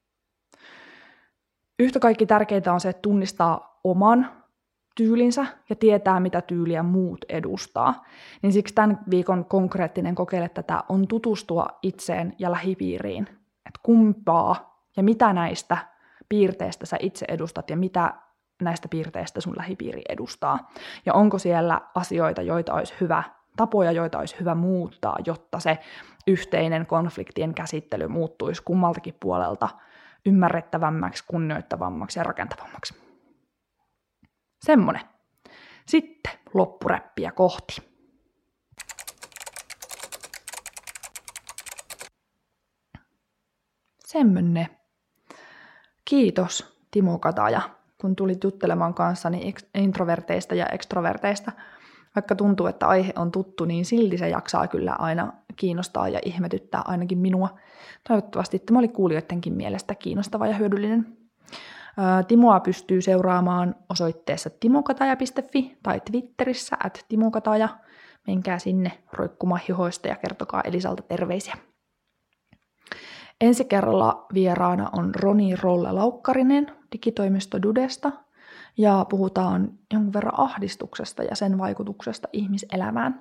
Yhtä kaikki tärkeintä on se, että tunnistaa oman tyylinsä ja tietää, mitä tyyliä muut edustaa. Niin siksi tämän viikon konkreettinen kokeile tätä on tutustua itseen ja lähipiiriin. Että kumpaa ja mitä näistä piirteistä sä itse edustat ja mitä näistä piirteistä sun lähipiiri edustaa. Ja onko siellä asioita, joita olisi hyvä tapoja, joita olisi hyvä muuttaa, jotta se yhteinen konfliktien käsittely muuttuisi kummaltakin puolelta ymmärrettävämmäksi, kunnioittavammaksi ja rakentavammaksi. Semmonen. Sitten loppuräppiä kohti. Semmonen. Kiitos Timo Kataja, kun tulit juttelemaan kanssani introverteista ja ekstroverteista. Vaikka tuntuu, että aihe on tuttu, niin silti se jaksaa kyllä aina kiinnostaa ja ihmetyttää ainakin minua. Toivottavasti tämä oli kuulijoidenkin mielestä kiinnostava ja hyödyllinen. Timoa pystyy seuraamaan osoitteessa timokataja piste fi tai Twitterissä at timokataja. Menkää sinne roikkumaan hihoista ja kertokaa Elisalta terveisiä. Ensi kerralla vieraana on Roni Rolle-Laukkarinen digitoimisto Dudesta. Ja puhutaan jonkun verran ahdistuksesta ja sen vaikutuksesta ihmiselämään.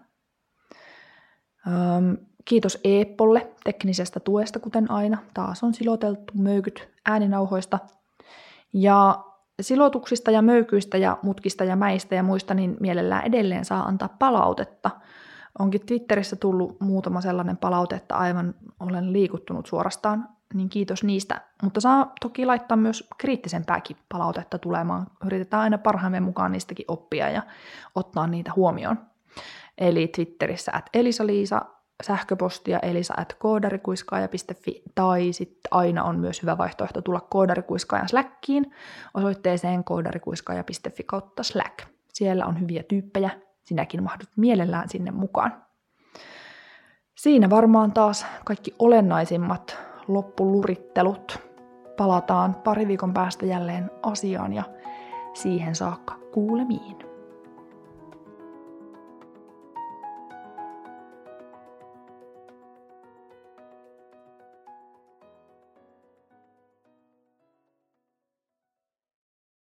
Öm, kiitos Eeppolle teknisestä tuesta, kuten aina. Taas on siloteltu möykyt ääninauhoista. Ja silotuksista ja möykyistä ja mutkista ja mäistä ja muista niin mielellään edelleen saa antaa palautetta. Onkin Twitterissä tullut muutama sellainen palaute, että aivan olen liikuttunut suorastaan. Niin kiitos niistä, mutta saa toki laittaa myös kriittisempääkin palautetta tulemaan. Yritetään aina parhaamme mukaan niistäkin oppia ja ottaa niitä huomioon. Eli Twitterissä at Elisa-Liisa, sähköpostia elisa at koodarikuiskaaja piste fi tai sitten aina on myös hyvä vaihtoehto tulla Koodarikuiskaajan Slackiin osoitteeseen koodarikuiskaaja piste fi kautta Slack. Siellä on hyviä tyyppejä, sinäkin mahdut mielellään sinne mukaan. Siinä varmaan taas kaikki olennaisimmat loppulurittelut. Palataan pari viikon päästä jälleen asiaan ja siihen saakka kuulemiin.